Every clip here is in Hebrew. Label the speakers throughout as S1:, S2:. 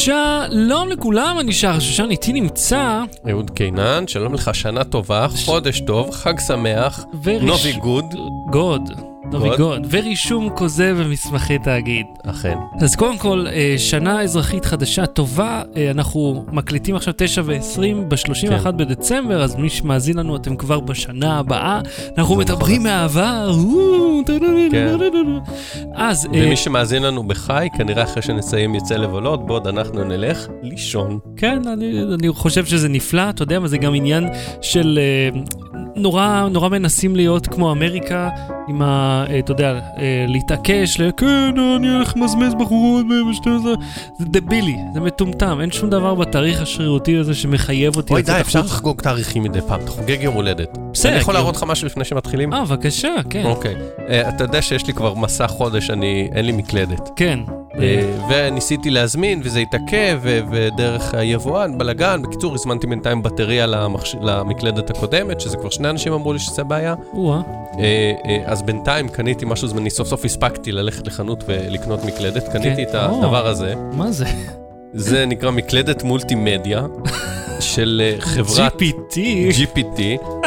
S1: שלום לכולם, אני שער שושן, איתי נמצא
S2: אהוד קינן, שלום לך, שנה טובה, חודש טוב, חג שמח, נובי גוד.
S1: נובי גוד, ורישום כוזב ומסמכי תאגיד.
S2: אכן.
S1: אז קודם כל, שנה אזרחית חדשה טובה, אנחנו מקליטים עכשיו 9:20 ב-31
S2: כן.
S1: בדצמבר, אז מי שמאזין לנו אתם כבר בשנה הבאה, אנחנו מדברים מהעבר,
S2: כן.
S1: אז...
S2: ומי שמאזין לנו בחי, כנראה אחרי שנסיים יצא לבלות, בעוד אנחנו נלך לישון.
S1: כן, אני חושב שזה נפלא, אתה יודע, אבל זה גם עניין של... נורא מנסים להיות כמו אמריקה, עם אתה יודע, להתעקש, כן, אני הולך מזמז בחורות, זה דבילי, זה מטומטם, אין שום דבר בתאריך השרירותי הזה שמחייב אותי.
S2: אוי די, אפשר לחגוג תאריכים מדי פעם, אתה חוגג יום הולדת. אני יכול להראות לך משהו לפני שמתחילים?
S1: בבקשה, כן.
S2: אוקיי, אתה יודע שיש לי כבר מסע חודש, אין לי מקלדת.
S1: כן.
S2: וניסיתי להזמין, וזה התעכב, ודרך היבואן, בלגן, בקיצור, הזמנתי בינתיים בטריה למקלדת הקודמת, שזה כבר שני אנשים אמרו לי שזה בעיה. אז בינתיים קניתי משהו זמני, סוף סוף הספקתי ללכת לחנות ולקנות מקלדת, קניתי את הדבר הזה.
S1: מה זה?
S2: זה נקרא מקלדת מולטימדיה, של חברת... GPT.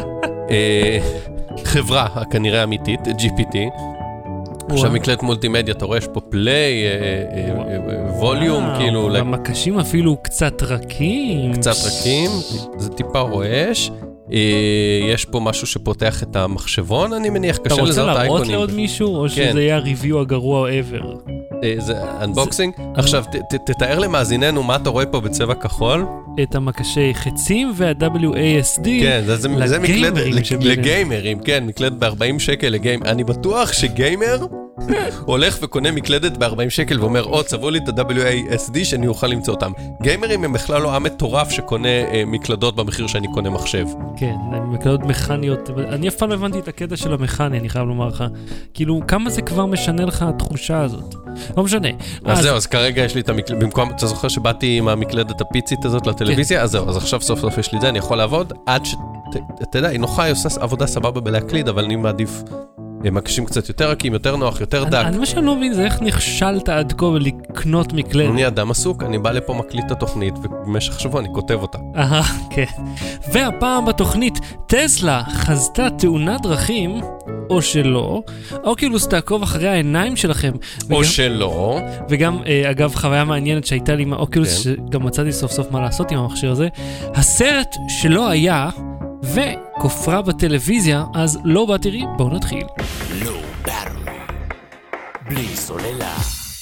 S2: חברה, כנראה אמיתית, GPT. עכשיו מקלט מולטימדיה, אתה רואה, יש פה פליי, ווליום, כאילו...
S1: המקשים אפילו קצת רכים.
S2: זה טיפה רועש. יש פה משהו שפותח את המחשבון, אני מניח, קשה לזהות אייקונים.
S1: אתה רוצה להראות לעוד מישהו, או שזה יהיה הריוויו הגרוע ever?
S2: זה אנבוקסינג. עכשיו, תתאר למאזיננו מה אתה רואה פה בצבע כחול.
S1: את המקשי חצים וה-WASD.
S2: כן, זה מקלד לגיימרים, כן, מקלד ב-40 שקל לגיימר. אני בטוח שגיימר הולך וקונה מקלדת ב-40 שקל ואומר, צבו לי את ה-WASD שאני אוכל למצוא אותם. גיימרים הם בכלל לא מטורף שקונה מקלדות במחיר שאני קונה מחשב.
S1: כן, מקלדות מכניות. אני אף פעם לא הבנתי את הקטע של המכני, אני חייב לומר לך. כאילו, כמה זה כבר משנה לך התחושה הזאת? לא משנה.
S2: אז זהו, אז כרגע יש לי את המקלדת, במקום, אתה זוכר שבאתי עם המקלדת הפיצית הזאת לטלוויזיה? אז זהו, אז עכשיו סוף סוף יש לי את זה, אני יכול לעבוד עד אתה יודע, היא נוחה, היא עושה עבודה סבבה בלהקליד, אבל אני מעדיף מקשים קצת יותר רכים, יותר נוח, יותר דק.
S1: מה שאני לא מבין זה איך נכשלת עד כה לקנות מקלדת.
S2: אני אדם עסוק, אני בא לפה מקליט את התוכנית, ובמשך שבוע אני כותב אותה.
S1: כן. והפעם בתוכנית, טסלה חזתה תאונת דרכים, או שלא, אוקילוס תעקוב אחרי העיניים שלכם.
S2: או שלא.
S1: וגם, אגב, חוויה מעניינת שהייתה לי עם האוקילוס, שגם מצאתי סוף סוף מה לעשות עם המכשיר הזה. הסרט שלא היה, וכופרה בטלוויזיה, אז לא בתראי, בואו נתחיל. לא ברור, בלי סוללה.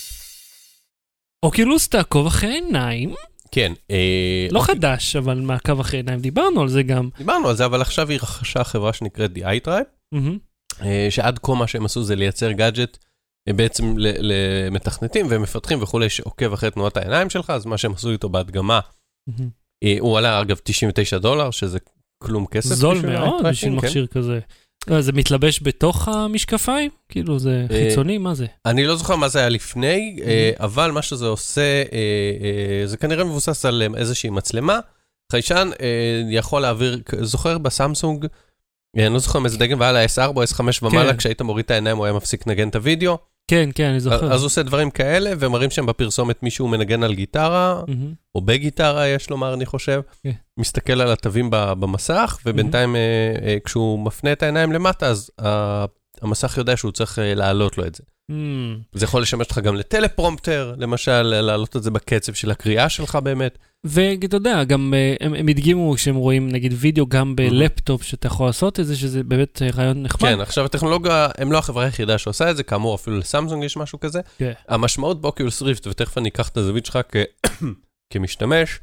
S1: אוקילוס תעקוב אחרי עיניים.
S2: כן.
S1: לא חדש, אבל מעקב אחרי עיניים, דיברנו על זה גם.
S2: דיברנו על זה, אבל עכשיו היא רכשה חברה שנקראת The iTribe, שעד כה מה שהם עשו זה לייצר גאדג'ט, בעצם למתכנתים ומפתחים וכולי, שעוקב אחרי תנועת העיניים שלך, אז מה שהם עשו איתו בהדגמה, הוא עלה אגב $99, שזה כלום כסף.
S1: זול מאוד בשביל מכשיר כזה. זה מתלבש בתוך המשקפיים? כאילו זה חיצוני? מה זה?
S2: אני לא זוכר מה זה היה לפני, אבל מה שזה עושה, זה כנראה מבוסס על איזושהי מצלמה. חיישן יכול להעביר, זוכר בסמסונג, אני לא זוכר מאיזה דגם, והיה לה S4 או S5 ומעלה, כשהיית מוריד את העיניים הוא היה מפסיק נגן את הוידאו.
S1: כן, כן, אני זוכר.
S2: אז הוא עושה דברים כאלה, ומראים שם בפרסומת מישהו מנגן על גיטרה, או בגיטרה, יש לומר, אני חושב, מסתכל על התווים במסך, ובינתיים כשהוא מפנה את העיניים למטה, אז המסך יודע שהוא צריך להעלות לו את זה. זה יכול לשמש לך גם לטלפרומפטר, למשל, להעלות את זה בקצב של הקריאה שלך באמת.
S1: ואתה יודע, גם הם הדגימו כשהם רואים נגיד וידאו גם בלפטופ שאתה יכול לעשות את זה, שזה באמת רעיון נחמד.
S2: כן, עכשיו הטכנולוגיה, הם לא החברה היחידה שעושה את זה, כאמור אפילו לסמסונג יש משהו כזה. המשמעות באוקילוס ריפט, ותכף אני אקח את הזווית שלך כמשתמש,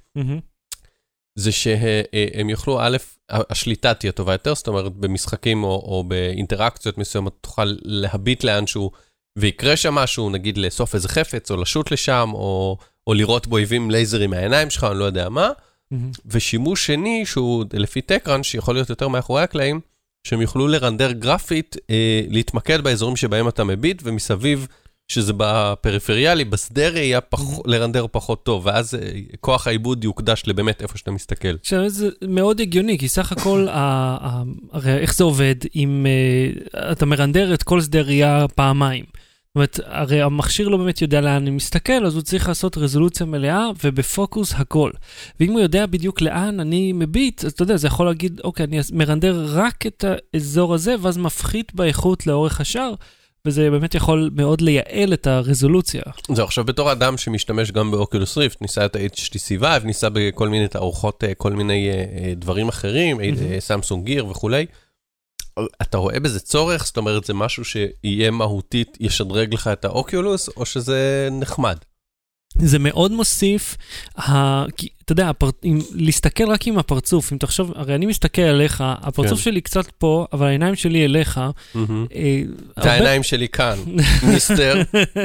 S2: זה שהם יוכלו, א', השליטה תהיה טובה יותר, זאת אומרת במשחקים או באינטראקציות מסוימות, תוכל להביט לאנשהו, ויקרה שם משהו, נגיד לאסוף איזה חפץ, או לשוט לשם, או לראות בו אויבים לייזרים מהעיניים שלך, אני לא יודע מה. ושימוש שני, שהוא לפי טקראנץ', שיכול להיות יותר מאחורי הקלעים, שהם יוכלו לרנדר גרפית, להתמקד באזורים שבהם אתה מביט, ומסביב, שזה בפריפריאלי, בשדה ראייה לרנדר פחות טוב, ואז כוח העיבוד יוקדש לבאמת איפה שאתה מסתכל.
S1: עכשיו, זה מאוד הגיוני, כי סך הכל, הרי איך זה עובד, אם אתה מרנדר את כל שדה ראייה פעמיים, זאת אומרת, הרי המכשיר לא באמת יודע לאן אני מסתכל, אז הוא צריך לעשות רזולוציה מלאה ובפוקוס הכל. ואם הוא יודע בדיוק לאן אני מביט, אז אתה יודע, זה יכול להגיד, אוקיי, אני מרנדר רק את האזור הזה, ואז מפחית באיכות לאורך השאר, וזה באמת יכול מאוד לייעל את הרזולוציה.
S2: זהו, עכשיו בתור אדם שמשתמש גם באוקולוס ריפט, ניסה את ה-HTC Vive, ניסה בכל מיני תערוכות, כל מיני דברים אחרים, סמסונג גיר וכולי, אתה רואה בזה צורך? זאת אומרת, זה משהו שיהיה מהותית, ישדרג לך את האוקולוס, או שזה נחמד?
S1: זה מאוד מוסיף, אתה יודע, להסתכל רק עם הפרצוף, אם תחשוב, הרי אני מסתכל עליך, הפרצוף שלי קצת פה, אבל העיניים שלי אליך.
S2: את העיניים שלי כאן, מיסטר.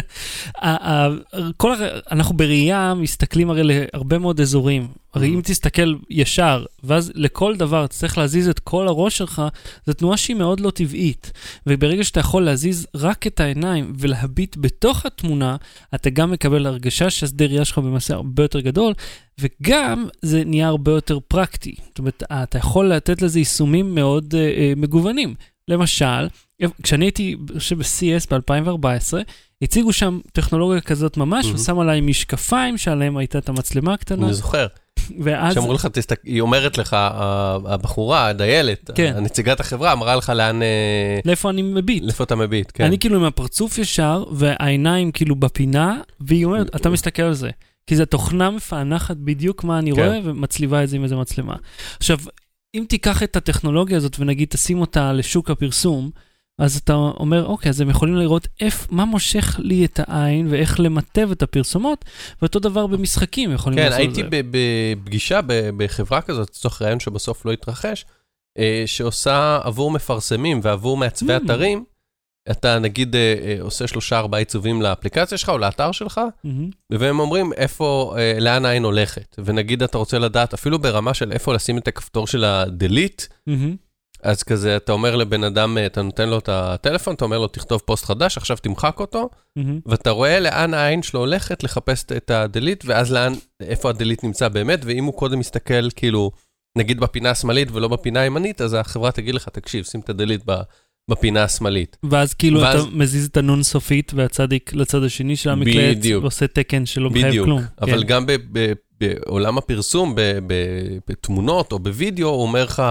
S1: אנחנו בראייה מסתכלים הרי להרבה מאוד אזורים, הרי אם תסתכל ישר, ואז לכל דבר צריך להזיז את כל הראש שלך, זו תנועה שהיא מאוד לא טבעית, וברגע שאתה יכול להזיז רק את העיניים ולהביט בתוך התמונה, אתה גם מקבל הרגשה שהשדה ראייה שלך במעשה הרבה יותר גדול, וגם זה נהיה הרבה יותר פרקטי. זאת אומרת, אתה יכול לתת לזה יישומים מאוד מגוונים. למשל, כשאני הייתי ב-CS ב-2014, הציגו שם טכנולוגיה כזאת ממש, ושם עליי משקפיים שעליהם הייתה את המצלמה הקטנה.
S2: אני זוכר. שאמרו לך, היא אומרת לך, הבחורה, הדיילת, הנציגת החברה, אמרה לך
S1: לאיפה אני מביט.
S2: לאיפה אתה מביט, כן.
S1: אני כאילו עם הפרצוף ישר, והעיניים כאילו בפינה, והיא אומרת, אתה מסתכל על זה. כי זו תוכנה מפענחת בדיוק מה אני רואה, ומצליבה את זה עם איזה מצלמה. עכשיו, אם תיקח את הטכנולוגיה הזאת, ונגיד תשים אותה לשוק הפרסום, אז אתה אומר, אוקיי, אז הם יכולים לראות מה מושך לי את העין, ואיך למטב את הפרסומות, ואותו דבר במשחקים יכולים לעשות את זה.
S2: כן, הייתי בפגישה בחברה כזאת, צורך רעיון שבסוף לא התרחש, שעושה עבור מפרסמים ועבור מעצבי אתרים, אתה נגיד עושה 3-4 עיצובים לאפליקציה שלך או לאתר שלך, והם אומרים לאן העין הולכת, ונגיד אתה רוצה לדעת אפילו ברמה של איפה לשים את הכפתור של ה-delete, אז כזה אתה אומר לבן אדם, אתה נותן לו את הטלפון, אתה אומר לו תכתוב פוסט חדש, עכשיו תמחק אותו, ואתה רואה לאן העין שלו הולכת לחפש את ה-delete, ואז איפה ה-delete נמצא באמת, ואם הוא קודם מסתכל כאילו, נגיד בפינה השמאלית ולא בפינה הימנית, אז החברה תגיד לך, תקשיב, שים את ה-delete בפינה השמאלית.
S1: ואז כאילו אתה מזיז את הנון סופית, והצדיק לצד השני של המקלט, ועושה תקן שלא מחייב כלום.
S2: אבל גם בעולם הפרסום, בתמונות או בווידאו, הוא אומר לך,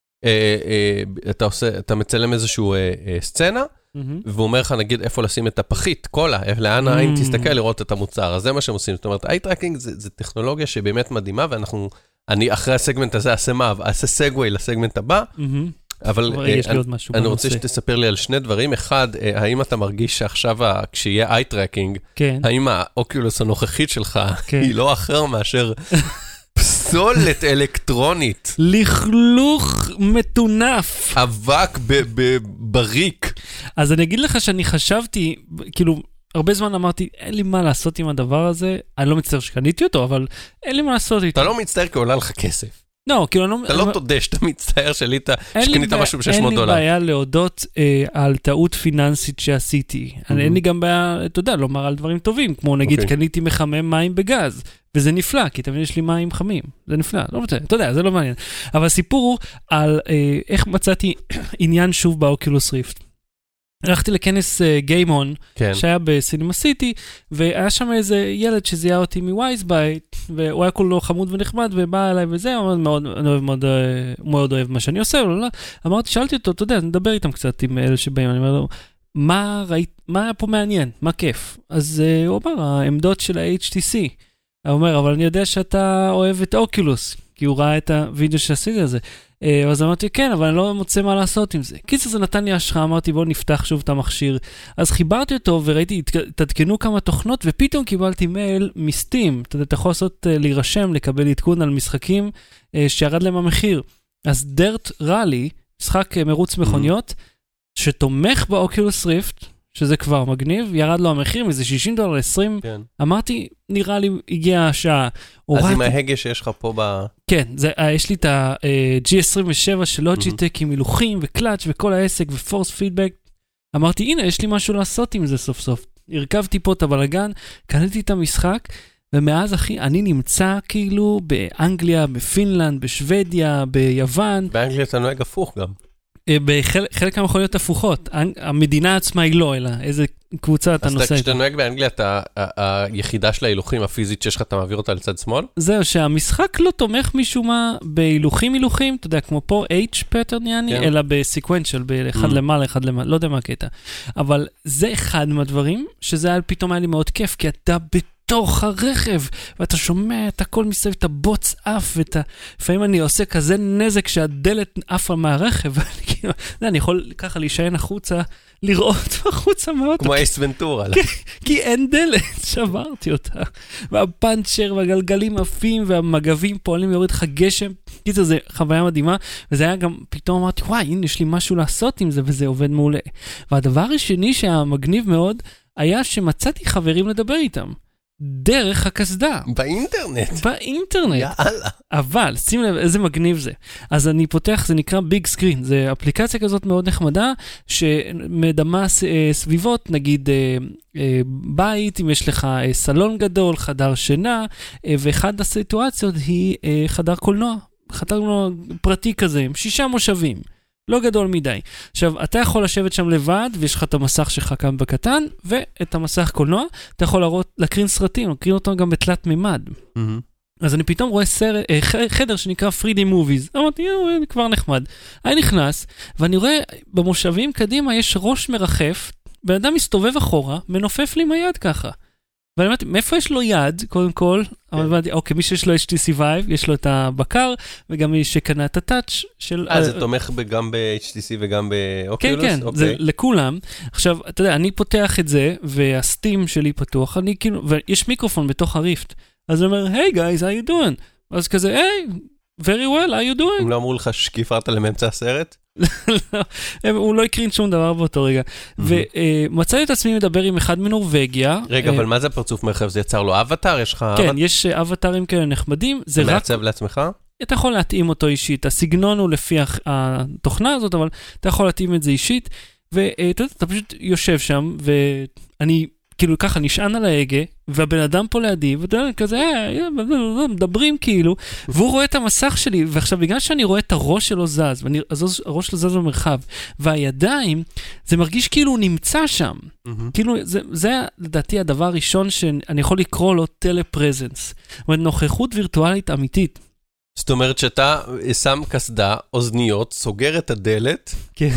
S2: אתה מצלם איזשהו סצנה, והוא אומר לך, נגיד, איפה לשים את הפחית, קולה, לאן העין תסתכל לראות את המוצר. אז זה מה שהם עושים. זאת אומרת, אי-טרקינג זה טכנולוגיה שבאמת מדהימה, אני אחרי הסגמנט הזה אעשה סגווי לסגמנט הבא, אבל אני רוצה שתספר לי על שני דברים. אחד, האם אתה מרגיש שעכשיו כשיהיה אי-טרקינג, האם האוקולוס הנוכחית שלך היא לא אחר מאשר פסולת אלקטרונית?
S1: לכלוך מטונף.
S2: אבק בריק.
S1: אז אני אגיד לך שאני חשבתי, כאילו, הרבה זמן אמרתי, אין לי מה לעשות עם הדבר הזה, אני לא מצטער שקניתי אותו, אבל אין לי מה לעשות איתו.
S2: אתה לא מצטער כי עולה לך כסף.
S1: לא, כאילו,
S2: אתה לא תודה שאתה מצטער שקנית משהו ב$600.
S1: אין לי בעיה להודות על טעות פיננסית שעשיתי. אין לי גם בעיה, אתה יודע, לומר על דברים טובים, כמו נגיד קניתי מחמם מים בגז, וזה נפלא, כי תמיד יש לי מים חמים. זה נפלא, לא מצטער, אתה יודע, זה לא מעניין. אבל הסיפור הוא על איך מצאתי עניין שוב באוקולוס ריפט. הלכתי לכנס גיימון, שהיה בסינמה סיטי, והיה שם איזה ילד שזיהה אותי מווייזבייט, והוא היה כולו חמוד ונחמד, ובא אליי וזה, הוא מאוד אוהב מה שאני עושה, אמרתי, שאלתי אותו, אתה יודע, נדבר איתם קצת עם אלה שבאים, אני אומר לו, מה היה פה מעניין? מה כיף? אז הוא אמר, העמדות של ה-HTC. הוא אומר, אבל אני יודע שאתה אוהב את אוקולוס, כי הוא ראה את הוידאו שעשיתי הזה. אז אמרתי, כן, אבל אני לא מוצא מה לעשות עם זה. קיצר, זה נתן לי השראה, אמרתי, בואו נפתח שוב את המכשיר. אז חיברתי אותו וראיתי, תתקנו כמה תוכנות, ופתאום קיבלתי מייל מסטים. אתה יכול לעשות, להירשם, לקבל עדכון על משחקים שירד להם המחיר. אז דירט ראלי, משחק מרוץ מכוניות, שתומך באוקולוס ריפט, שזה כבר מגניב, ירד לו המחיר, מזה $60, 20. כן. אמרתי, נראה לי, הגיעה השעה.
S2: אז עם ההגה שיש לך פה ב...
S1: כן, יש לי את ה-G27 של לוג'יטק עם הילוכים וקלאץ' וכל העסק ופורס פידבק. אמרתי, הנה, יש לי משהו לעשות עם זה סוף סוף. הרכבתי פה את הבלגן, קניתי את המשחק, ומאז, אחי, אני נמצא כאילו באנגליה, בפינלנד, בשוודיה, ביוון.
S2: באנגליה אתה נוהג הפוך גם.
S1: בחלק מהמכוניות הפוכות. המדינה עצמה היא לא, אלא איזה קבוצה אתה נוסע.
S2: אז כשאתה נוהג באנגליה, היחידה של ההילוכים הפיזית שיש לך, אתה מעביר אותה לצד שמאל?
S1: זהו, שהמשחק לא תומך משום מה בהילוכים, אתה יודע, כמו פה H pattern יעני, אלא בסקוונצ'ל, באחד למעלה, אחד למעלה, לא יודע מה הקטע. אבל זה אחד מהדברים, שזה פתאום היה לי מאוד כיף, כי אתה בתוך הרכב, ואתה שומע את הכל מסביב, את הבוץ אף, לפעמים אני עושה כזה נזק שהדלת עפה מהרכב, ואני יכול ככה להישען החוצה, לראות החוצה מאוד.
S2: כמו אייס ונטורה.
S1: כי אין דלת, שברתי אותה. והפנצ'ר והגלגלים עפים והמגבים פועלים יוריד לך גשם. קיצר, זה חוויה מדהימה, וזה היה גם, פתאום אמרתי, וואי, הנה, יש לי משהו לעשות עם זה, וזה עובד מעולה. והדבר השני שהמגניב מאוד, היה שמצאתי חברים לדבר איתם. דרך הכסדה.
S2: באינטרנט.
S1: יאללה. אבל, שים לב איזה מגניב זה. אז אני פותח, זה נקרא ביג סקרין. זה אפליקציה כזאת מאוד נחמדה, שמדמה סביבות, נגיד בית, אם יש לך סלון גדול, חדר שינה, ואחד הסיטואציות היא חדר קולנוע. חדר קולנוע פרטי כזה, עם 6 מושבים. לא גדול מדי. עכשיו, אתה יכול לשבת שם לבד, ויש לך את המסך שלך כאן בקטן, ואת המסך קולנוע, אתה יכול להקרין סרטים, להקרין אותם גם בתלת מימד. אז אני פתאום רואה חדר שנקרא 3D Movies. אמרתי, זה כבר נחמד. אני נכנס, ואני רואה במושבים קדימה, יש ראש מרחף, בן אדם מסתובב אחורה, מנופף לי עם היד ככה. ואני אמרתי, מאיפה יש לו יד, קודם כל? אבל אמרתי, אוקיי, מי שיש לו HTC Vive, יש לו את הבקר, וגם מי שקנה את הטאץ' של...
S2: זה תומך גם ב-HTC וגם באוקיולוס?
S1: כן, כן, זה לכולם. עכשיו, אתה יודע, אני פותח את זה, והסטים שלי פתוח, אני כאילו, ויש מיקרופון בתוך הריפט. אז אני אומר, hey guys, how you doing? אז כזה, hey, very well, how you doing?
S2: הם לא אמרו לך שקיפרת לממצא הסרט?
S1: הוא לא הקרין שום דבר באותו רגע. ומצאתי את עצמי מדבר עם אחד מנורווגיה.
S2: רגע, אבל מה זה פרצוף מרחב? זה יצר לו אבטר? יש לך...
S1: כן, יש אבטרים כאלה נחמדים.
S2: אתה מעצב לעצמך?
S1: אתה יכול להתאים אותו אישית. הסגנון הוא לפי התוכנה הזאת, אבל אתה יכול להתאים את זה אישית. ואתה פשוט יושב שם, ואני... כאילו ככה נשען על ההגה, והבן אדם פה לידי, וכזה, מדברים כאילו, והוא רואה את המסך שלי, ועכשיו בגלל שאני רואה את הראש שלו זז, הראש שלו זז במרחב, והידיים, זה מרגיש כאילו הוא נמצא שם. כאילו, זה לדעתי הדבר הראשון שאני יכול לקרוא לו טלפרזנס. זאת אומרת, נוכחות וירטואלית אמיתית.
S2: זאת אומרת שאתה שם כסדה, אוזניות, סוגר את הדלת,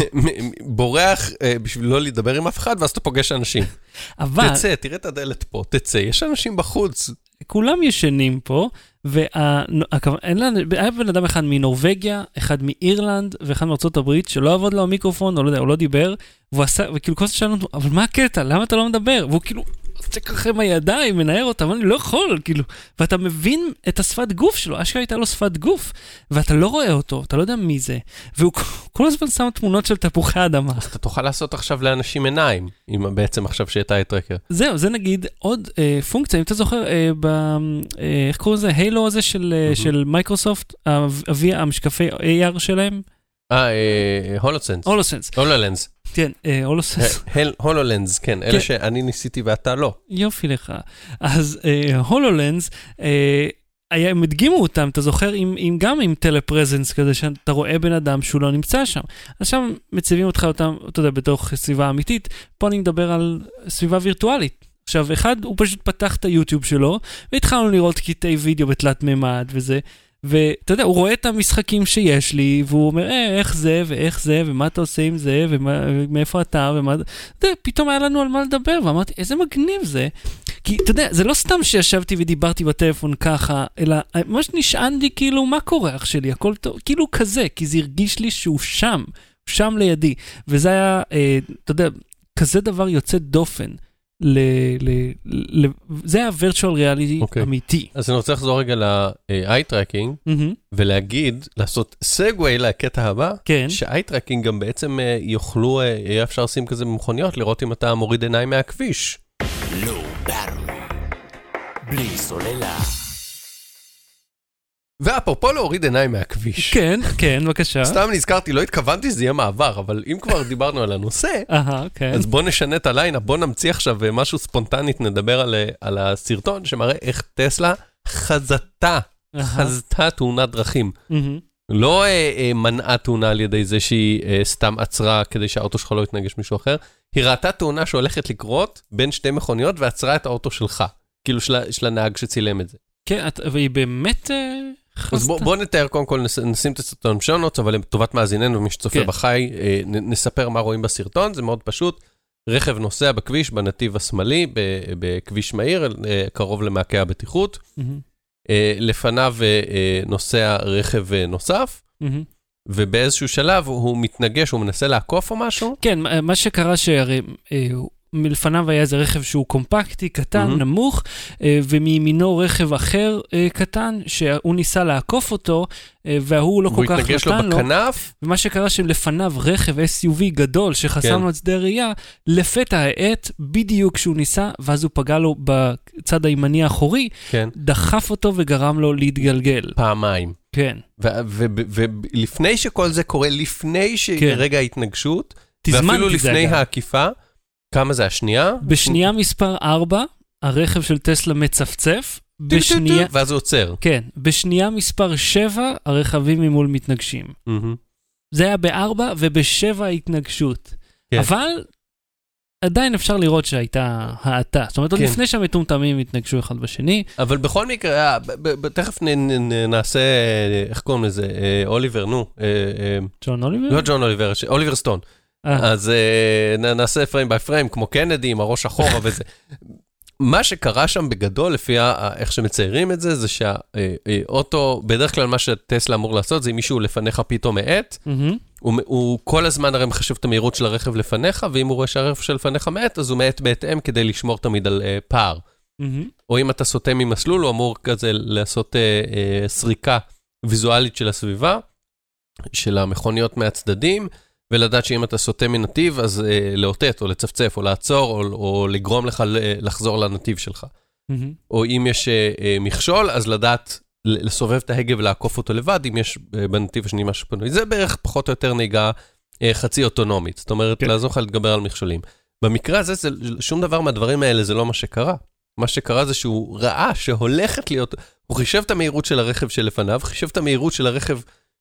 S2: בורח בשביל לא לדבר עם אף אחד, ואז אתה פוגש אנשים. תצא, תראה את הדלת פה, תצא, יש אנשים בחוץ.
S1: כולם ישנים פה, היה בן אדם אחד מנורווגיה, אחד מאירלנד, ואחד מארצות הברית, שלא עבוד לו המיקרופון, או לא יודע, הוא לא דיבר, וכאילו כל זה שאלנו, אבל מה הקטע? למה אתה לא מדבר? והוא כאילו... צק לכם הידיים, מנער אותם, אבל אני לא יכול, כאילו, ואתה מבין את השפת גוף שלו, אשכרה הייתה לו שפת גוף, ואתה לא רואה אותו, אתה לא יודע מי זה, והוא כל הזמן שם תמונות של תפוחי אדמה.
S2: אז אתה תוכל לעשות עכשיו לאנשים עיניים, אם בעצם עכשיו שהייתה את טרקר.
S1: זהו, זה נגיד עוד פונקציה, אם אתה זוכר, איך קוראים לזה, הילו הזה של מייקרוסופט, המשקפי AR שלהם?
S2: הולוסנס.
S1: הולולנס. כן, הולוסנס.
S2: הולולנס, כן, אלה שאני ניסיתי ואתה לא.
S1: יופי לך. אז הולולנס, הם הדגימו אותם, אתה זוכר, גם עם טלפרזנס כזה, שאתה רואה בן אדם שהוא לא נמצא שם. אז שם מציבים אותך אותם, אתה יודע, בתוך סביבה אמיתית, פה אני מדבר על סביבה וירטואלית. עכשיו, אחד, הוא פשוט פתח את היוטיוב שלו, והתחלנו לראות קטעי וידאו בתלת ממד וזה, ואתה יודע, הוא רואה את המשחקים שיש לי, והוא אומר, איך זה, ואיך זה, ומה אתה עושה עם זה, ומאיפה אתה, ומה... אתה יודע, פתאום היה לנו על מה לדבר, ואמרתי, איזה מגניב זה. כי, אתה יודע, זה לא סתם שישבתי ודיברתי בטלפון ככה, אלא ממש נשען לי, כאילו, מה קורה אח שלי? הכל טוב, כאילו כזה, כי זה הרגיש לי שהוא שם, שם לידי. וזה היה, אתה יודע, כזה דבר יוצא דופן. זה היה virtual reality אמיתי.
S2: אז אני רוצה לחזור רגע ל-eye tracking, ולהגיד, לעשות סגווי לקטע הבא, ש-eye tracking גם בעצם יוכלו, יהיה אפשר לשים כזה במכוניות, לראות אם אתה מוריד עיניים מהכביש. לא ברור. בלי סוללה. ואפרופו להוריד עיניים מהכביש.
S1: כן, כן, בבקשה.
S2: סתם נזכרתי, לא התכוונתי שזה יהיה מעבר, אבל אם כבר דיברנו על הנושא, אז בוא נשנה את הליין, בוא נמציא עכשיו משהו ספונטנית, נדבר על הסרטון שמראה איך טסלה חזתה תאונת דרכים. לא מנעה תאונה על ידי זה שהיא סתם עצרה כדי שהאוטו שלך לא יתנגש מישהו אחר, היא ראתה תאונה שהולכת לקרות בין שתי מכוניות ועצרה את האוטו שלך, כאילו של הנהג שצילם את זה.
S1: כן, והיא באמת
S2: אז בוא נתאר קודם כל, נשים את הסרטון שונות, אבל לטובת מאזיננו ומי שצופה בחי, נספר מה רואים בסרטון, זה מאוד פשוט, רכב נוסע בכביש בנתיב השמאלי, בכביש מהיר, קרוב למעקה הבטיחות, לפניו נוסע רכב נוסף, ובאיזשהו שלב הוא מתנגש, הוא מנסה לעקוף או משהו?
S1: כן, מה שקרה שהרי מלפניו היה איזה רכב שהוא קומפקטי, קטן, נמוך, ומימינו רכב אחר קטן, שהוא ניסה לעקוף אותו, והוא לא כל כך נתן לו.
S2: הוא התנגש לו בכנף.
S1: ומה שקרה שלפניו רכב SUV גדול, שחסם לו את שדה ראייה, לפתע העט, בדיוק כשהוא ניסה, ואז הוא פגע לו בצד הימני האחורי, דחף אותו וגרם לו להתגלגל.
S2: פעמיים.
S1: כן.
S2: ולפני שכל זה קורה, לפני שרגע ההתנגשות, ואפילו לפני העקיפה, כמה זה השנייה?
S1: בשנייה מספר 4, הרכב של טסלה מצפצף.
S2: ואז הוא עוצר.
S1: כן. בשנייה מספר 7, הרכבים ממול מתנגשים. זה היה ב4 וב7 ההתנגשות. אבל עדיין אפשר לראות שהייתה האטה. זאת אומרת, עוד לפני שהמטומטמים התנגשו אחד בשני.
S2: אבל בכל מקרה, תכף נעשה, איך קוראים לזה? אוליבר, נו.
S1: ג'ון אוליבר?
S2: לא ג'ון אוליבר, אוליבר סטון. אז נעשה פריים ביי פריים, כמו קנדי, עם הראש אחורה וזה. מה שקרה שם בגדול, לפי איך שמציירים את זה, זה שהאוטו, בדרך כלל מה שטסלה אמור לעשות, זה אם מישהו לפניך פתאום מעט, הוא כל הזמן הרי מחשב את המהירות של הרכב לפניך, ואם הוא רואה שהרכב שלפניך מעט, אז הוא מעט בהתאם כדי לשמור תמיד על פער. או אם אתה סוטה ממסלול, הוא אמור כזה לעשות סריקה ויזואלית של הסביבה, של המכוניות מהצדדים, ולדעת שאם אתה סוטה מנתיב, אז לאותת, או לצפצף, או לעצור, או לגרום לך לחזור לנתיב שלך. או אם יש מכשול, אז לדעת לסובב את ההגה ולעקוף אותו לבד, אם יש בנתיב השני משהו פנוי. זה בערך פחות או יותר נהיגה חצי אוטונומית. זאת אומרת, לעזור לך להתגבר על מכשולים. במקרה הזה, שום דבר מהדברים האלה זה לא מה שקרה. מה שקרה זה שהוא ראה שהולכת להיות, הוא חישב את המהירות של הרכב שלפניו, חישב את המהירות של הרכב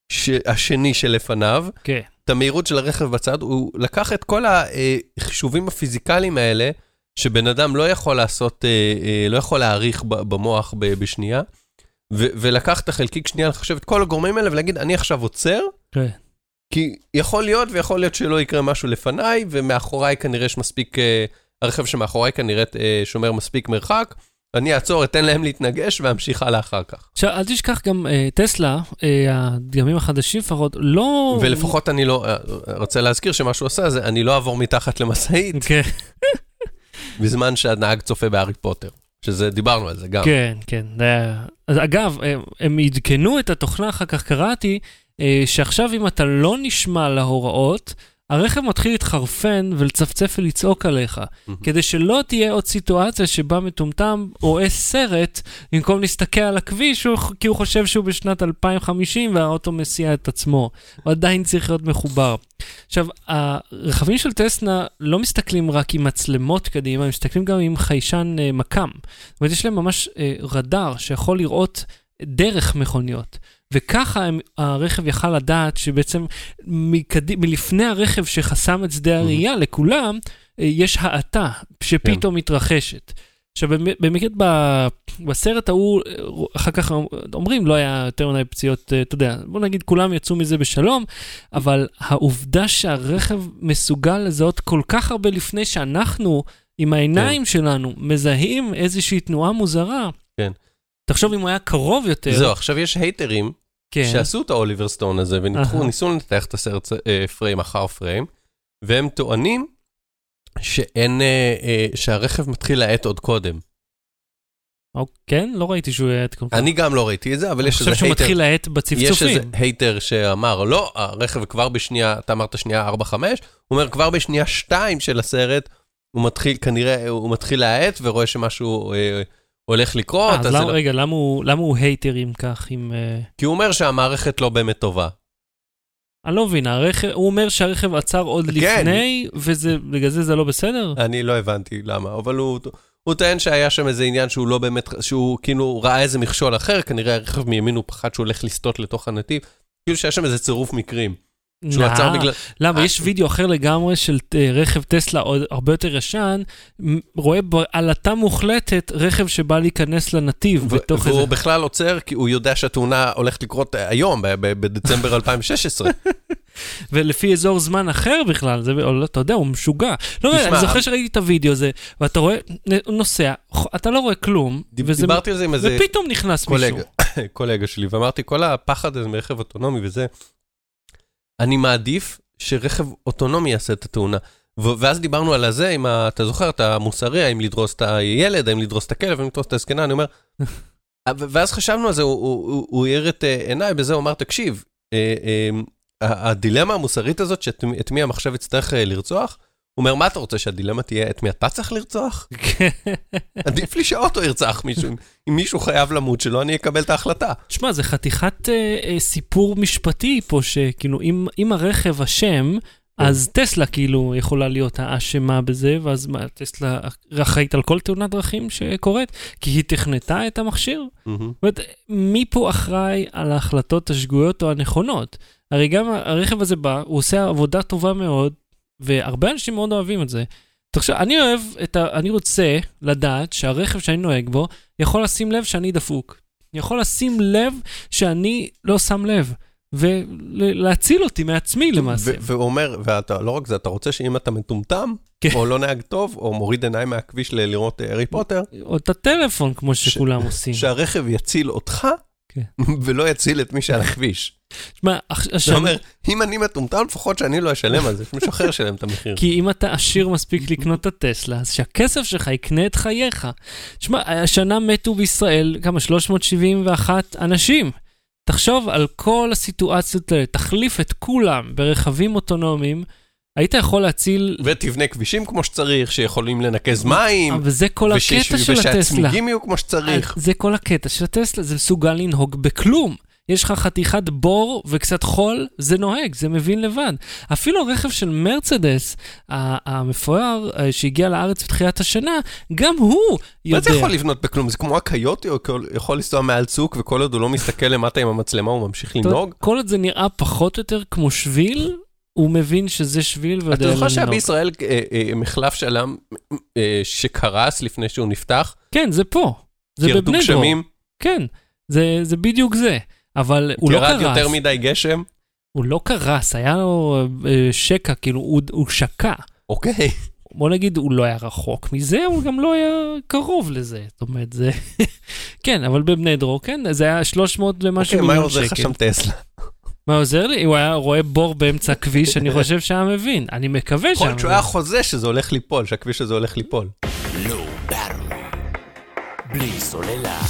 S2: השני שלפניו, את המהירות של הרכב בצד, הוא לקח את כל החישובים הפיזיקליים האלה, שבן אדם לא יכול לעשות, לא יכול להעריך במוח בשנייה, ולקח את החלקיק שנייה, לחשב את כל הגורמים האלה, ולהגיד, אני עכשיו עוצר, כי יכול להיות, ויכול להיות שלא יקרה משהו לפניי, ומאחוריי כנראה שמספיק, הרכב שמאחוריי כנראה שומר מספיק מרחק, אני אעצור, אתן להם להתנגש, והמשיך הלאה אחר כך.
S1: עכשיו, אל תשכח גם טסלה, הדגמים החדשים לפחות, לא...
S2: ולפחות אני לא, רוצה להזכיר שמה שהוא עושה, זה אני לא אעבור מתחת למסעית, בזמן שהנהג צופה בהארי פוטר, שזה, דיברנו על זה גם.
S1: כן, כן. אז אגב, הם עדכנו את התוכנה, אחר כך קראתי, שעכשיו אם אתה לא נשמע להוראות, הרכב מתחיל להתחרפן ולצפצף ולצעוק עליך, כדי שלא תהיה עוד סיטואציה שבה מטומטם רואה סרט, במקום להסתכל על הכביש, כי הוא חושב שהוא בשנת 2050 והאוטו מסיע את עצמו. הוא עדיין צריך להיות מחובר. עכשיו, הרכבים של טסלה לא מסתכלים רק עם מצלמות קדימה, הם מסתכלים גם עם חיישן מקם. זאת אומרת, יש להם ממש רדאר שיכול לראות דרך מכוניות. וככה הרכב יכל לדעת שבעצם מלפני הרכב שחסם את שדה הראייה לכולם, יש האטה שפתאום מתרחשת. עכשיו, באמת בסרט ההוא, אחר כך אומרים, לא היה יותר מדי פציעות, אתה יודע, בוא נגיד, כולם יצאו מזה בשלום, אבל העובדה שהרכב מסוגל לזהות כל כך הרבה לפני שאנחנו, עם העיניים שלנו, מזהים איזושהי תנועה מוזרה.
S2: כן.
S1: תחשוב אם הוא היה קרוב יותר.
S2: זהו, עכשיו יש הייטרים, שעשו את האוליבר סטון הזה, וניסו לנתח את הסרט פריים אחר פריים, והם טוענים שהרכב מתחיל להאט עוד קודם.
S1: כן? לא ראיתי שהוא יאט כל כך.
S2: אני גם לא ראיתי את זה, אבל יש איזה הייטר.
S1: אני חושב שהוא מתחיל להאט בצפצופים.
S2: יש איזה הייטר שאמר, לא, הרכב כבר בשנייה, אתה אמרת שנייה 4-5, הוא אומר, כבר בשנייה 2 של הסרט, הוא מתחיל, כנראה, הוא מתחיל להאט, ורואה שמשהו הולך לקרות.
S1: אז רגע, למה הוא הייטר אם כך?
S2: כי הוא אומר שהמערכת לא באמת טובה.
S1: אני לא מבין, הוא אומר שהרכב עצר עוד לפני, ובגלל זה לא בסדר?
S2: אני לא הבנתי למה, אבל הוא טוען שהיה שם איזה עניין שהוא לא באמת, שהוא כאילו ראה איזה מכשול אחר, כנראה הרכב מימין הוא פחד שהוא הולך לסטות לתוך הנתיב. כאילו שיש שם איזה צירוף מקרים. שהוא עצר בגלל...
S1: למה? יש וידאו אחר לגמרי של רכב טסלה עוד הרבה יותר ישן, רואה בעלתה מוחלטת רכב שבא להיכנס לנתיב.
S2: והוא בכלל עוצר, כי הוא יודע שהתאונה הולכת לקרות היום, בדצמבר 2016.
S1: ולפי אזור זמן אחר בכלל, אתה יודע, הוא משוגע. לא, אני זוכר שראיתי את הוידאו הזה, ואתה רואה, הוא נוסע, אתה לא רואה כלום,
S2: דיברתי על זה עם איזה...
S1: ופתאום נכנס מישהו.
S2: קולגה שלי, ואמרתי, כל הפחד הזה מרכב אוטונומי וזה, אני מעדיף שרכב אוטונומי יעשה את התאונה. ואז דיברנו על הזה, אם אתה זוכר, את המוסרי, האם לדרוס את הילד, האם לדרוס את הכלב, האם לדרוס את הזקנה, אני אומר, ואז חשבנו על זה, הוא העיר את עיניי, בזה הוא אמר, תקשיב, הדילמה המוסרית הזאת, שאת מי המחשב יצטרך לרצוח, הוא אומר, מה אתה רוצה שהדילמה תהיה, את מי אתה צריך לרצוח? עדיף לי שהאוטו ירצח מישהו, אם מישהו חייב למות שלו, אני אקבל את ההחלטה.
S1: תשמע, זה חתיכת סיפור משפטי פה, שכאילו, אם הרכב אשם, אז טסלה כאילו יכולה להיות האשמה בזה, ואז טסלה אחראית על כל תאונת דרכים שקורית, כי היא תכנתה את המכשיר. מי פה אחראי על ההחלטות השגויות או הנכונות? הרי גם הרכב הזה בא, הוא עושה עבודה טובה מאוד, והרבה אנשים מאוד אוהבים את זה. תחשוב, אני רוצה לדעת שהרכב שאני נוהג בו, יכול לשים לב שאני דפוק. יכול לשים לב שאני לא שם לב. ולהציל אותי מעצמי למעשה.
S2: והוא אומר, ולא רק זה, אתה רוצה שאם אתה מטומטם, או לא נהג טוב, או מוריד עיניים מהכביש לראות הארי פוטר,
S1: או את הטלפון, כמו שכולם עושים.
S2: שהרכב יציל אותך, ולא יציל את מי שעל הכביש. זאת אומרת, אם אני מטומטם, לפחות שאני לא אשלם על זה, מישהו אחר ישלם את המחיר.
S1: כי אם אתה עשיר מספיק לקנות את הטסלה, אז שהכסף שלך יקנה את חייך. תשמע, השנה מתו בישראל כמה 371 אנשים. תחשוב על כל הסיטואציות האלה, תחליף את כולם ברכבים אוטונומיים, היית יכול להציל...
S2: ותבנה כבישים כמו שצריך, שיכולים לנקז מים,
S1: וזה כל הקטע של הטסלה.
S2: ושהצמיגים יהיו כמו שצריך.
S1: זה כל הקטע של הטסלה, זה מסוגל לנהוג בכלום. יש לך חתיכת בור וקצת חול, זה נוהג, זה מבין לבד. אפילו רכב של מרצדס, המפואר שהגיע לארץ בתחילת השנה, גם הוא יודע.
S2: מה זה יכול לבנות בכלום? זה כמו הקיוטי, או יכול לנסוע מעל צוק, וכל עוד הוא לא מסתכל למטה עם המצלמה, הוא ממשיך לנהוג?
S1: כל עוד זה נראה פחות או יותר כמו שביל, הוא מבין שזה שביל ויודע לנהוג.
S2: אתה זוכר שבישראל מחלף שלם שקרס לפני שהוא נפתח?
S1: כן, זה פה. זה בבני דרור. כן, זה בדיוק זה. אבל הוא לא קרס.
S2: ירד יותר מדי גשם?
S1: הוא לא קרס, היה לו שקע, כאילו הוא שקע.
S2: אוקיי.
S1: בוא נגיד, הוא לא היה רחוק מזה, הוא גם לא היה קרוב לזה. זאת אומרת, זה... כן, אבל בבני דרור, כן, זה היה 300 ומשהו מיליון שקל.
S2: מה עוזר לך שם טסלה?
S1: מה עוזר לי? הוא היה רואה בור באמצע הכביש, אני חושב שהיה מבין. אני מקווה שהיה מבין.
S2: שהוא היה חוזה שזה הולך ליפול, שהכביש הזה הולך ליפול. לא,
S1: בלי סוללה.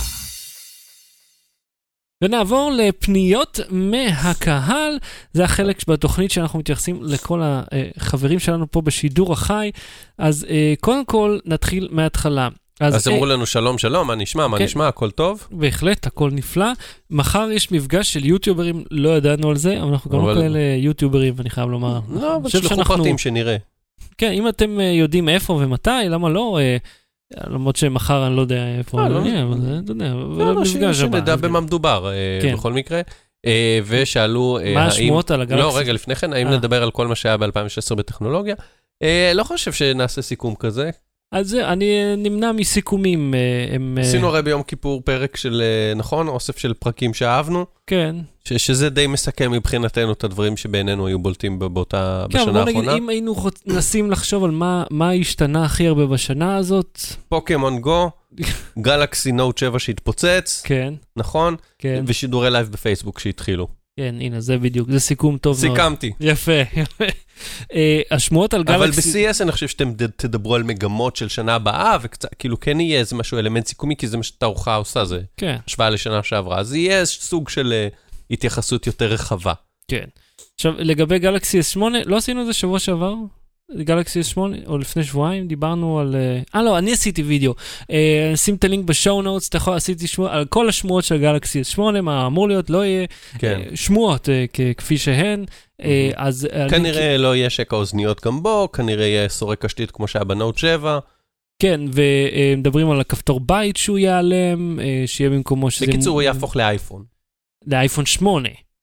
S1: ונעבור לפניות מהקהל, זה החלק בתוכנית שאנחנו מתייחסים לכל החברים שלנו פה בשידור החי, אז קודם כל נתחיל מההתחלה.
S2: אז אמרו לנו שלום שלום, מה נשמע, מה נשמע, הכל טוב?
S1: בהחלט, הכל נפלא. מחר יש מפגש של יוטיוברים, לא ידענו על זה, אבל אנחנו גם לא כאלה יוטיוברים, אני חייב לומר.
S2: לא, אבל שלחו פרטים שנראה.
S1: כן, אם אתם יודעים איפה ומתי, למה לא... למרות שמחר אני לא יודע איפה אני אהיה, אבל אתה יודע,
S2: לא, שנדע במה מדובר בכל מקרה. ושאלו...
S1: מה השמועות על הגלקסיה?
S2: לא, רגע, לפני כן, האם נדבר על כל מה שהיה ב-2016 בטכנולוגיה? לא חושב שנעשה סיכום כזה.
S1: אז אני נמנע מסיכומים.
S2: עשינו הרי ביום כיפור פרק של, נכון? אוסף של פרקים שאהבנו.
S1: כן.
S2: שזה די מסכם מבחינתנו את הדברים שבעינינו היו בולטים בשנה האחרונה.
S1: כן, בוא נגיד, אם היינו נסים לחשוב על מה השתנה הכי הרבה בשנה הזאת.
S2: פוקימון גו, גלקסי נוט 7 שהתפוצץ.
S1: כן.
S2: נכון?
S1: כן.
S2: ושידורי לייב בפייסבוק שהתחילו.
S1: כן, הנה, זה בדיוק, זה סיכום טוב מאוד.
S2: סיכמתי.
S1: יפה, יפה. השמועות על גלקסי...
S2: אבל ב-CS אני חושב שאתם תדברו על מגמות של שנה הבאה, וקצת, כאילו כן יהיה איזה משהו, אלמנט סיכומי, כי זה מה שתערוכה עושה, זה השוואה לשנה שעברה. אז יהיה סוג של התייחסות יותר רחבה.
S1: כן. עכשיו, לגבי גלקסי S8, לא עשינו את זה שבוע שעבר? גלקסי S8, או לפני שבועיים, דיברנו על... לא, אני עשיתי וידאו. שים את הלינק בשואו נוטס, אתה יכול עשיתי על כל השמועות של גלקסי S8, מה אמור להיות, לא יהיה שמועות כפי שהן. אז...
S2: כנראה לא יהיה שקע אוזניות גם בו, כנראה יהיה סורק קשתית כמו שהיה בנוט 7.
S1: כן, ומדברים על הכפתור בית שהוא ייעלם, שיהיה במקומו שזה...
S2: בקיצור, הוא יהפוך לאייפון.
S1: לאייפון 8.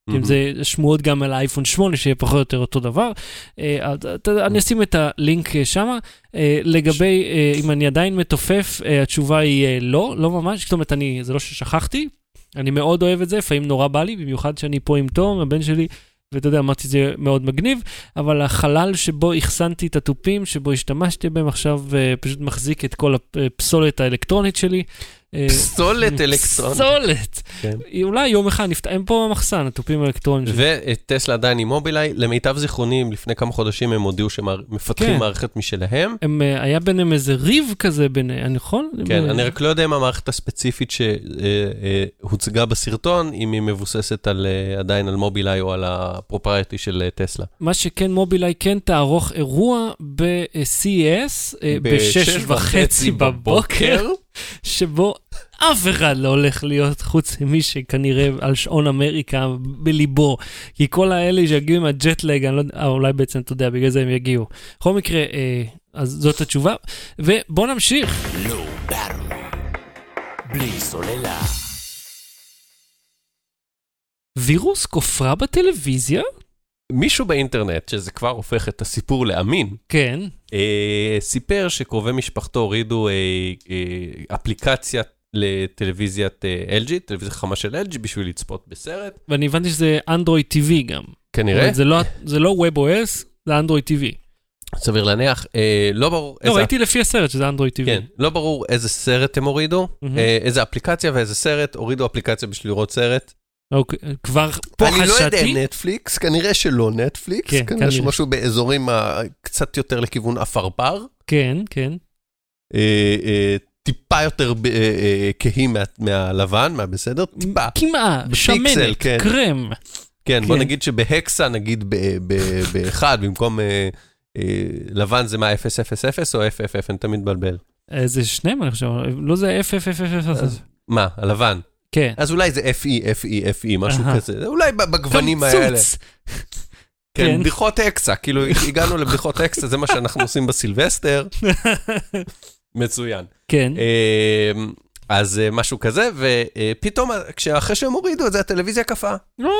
S1: אם זה שמועות גם על האייפון 8, שיהיה פחות או יותר אותו דבר. אני אשים את הלינק שמה. לגבי, אם אני עדיין מתופף, התשובה היא לא, לא ממש. זאת אומרת, זה לא ששכחתי, אני מאוד אוהב את זה, לפעמים נורא בא לי, במיוחד שאני פה עם תום, הבן שלי, ואתה יודע, אמרתי, זה מאוד מגניב, אבל החלל שבו החסנתי את הטופים, שבו השתמשתי בהם עכשיו, פשוט מחזיק את כל הפסולת האלקטרונית שלי.
S2: פסולת אלקטרונית.
S1: פסולת. אולי יום אחד נפתעים פה במחסן, הטופים האלקטרוניים.
S2: וטסלה עדיין עם מובילאיי, למיטב זיכרונים, לפני כמה חודשים הם הודיעו שמפתחים מערכת משלהם.
S1: היה ביניהם איזה ריב כזה, אני יכול?
S2: כן, אני רק לא יודע אם המערכת הספציפית שהוצגה בסרטון, אם היא מבוססת עדיין על מובילאיי או על הפרופרייטי של טסלה.
S1: מה שכן, מובילאיי כן תערוך אירוע ב-CES, ב-6:30 בבוקר, שבו אף אחד לא הולך להיות חוץ ממי שכנראה על שעון אמריקה בליבו, כי כל האלה שיגיעו עם הג'טלג, אני לא יודע, אולי בעצם אתה יודע, בגלל זה הם יגיעו. בכל מקרה, אז זאת התשובה, ובוא נמשיך. לא ברור, בלי סוללה. וירוס כופרה בטלוויזיה?
S2: מישהו באינטרנט, שזה כבר הופך את הסיפור לאמין,
S1: כן.
S2: סיפר שקרובי משפחתו הורידו אפליקציה לטלוויזיית LG, טלוויזיה חמה של LG, בשביל לצפות בסרט.
S1: ואני הבנתי שזה אנדרואיד TV גם.
S2: כנראה.
S1: זה לא WebOS, זה אנדרואיד TV.
S2: סביר להניח, לא ברור...
S1: לא, ראיתי לפי הסרט שזה אנדרואיד TV.
S2: כן, לא ברור איזה סרט הם הורידו, איזה אפליקציה ואיזה סרט, הורידו אפליקציה בשביל לראות סרט.
S1: אוקיי, כבר פה חשתי.
S2: אני לא יודע נטפליקס, כנראה שלא נטפליקס, כנראה שמשהו באזורים קצת יותר לכיוון אפרפר.
S1: כן, כן.
S2: טיפה יותר כהים מהלבן, מהבסדר, טיפה.
S1: כמעט, שמנת, קרם.
S2: כן, בוא נגיד שבהקסה, נגיד באחד, במקום לבן זה מה 000 או FFF, אני תמיד בלבל.
S1: זה שניהם, אני חושב, לא זה FFF.
S2: מה, הלבן?
S1: כן.
S2: אז אולי זה FE, משהו כזה, אולי בגוונים האלה. כן, בדיחות אקסה, כאילו הגענו לבדיחות אקסה, זה מה שאנחנו עושים בסילבסטר. מצוין.
S1: כן.
S2: אז משהו כזה, ופתאום, אחרי שהם הורידו את זה, הטלוויזיה קפה.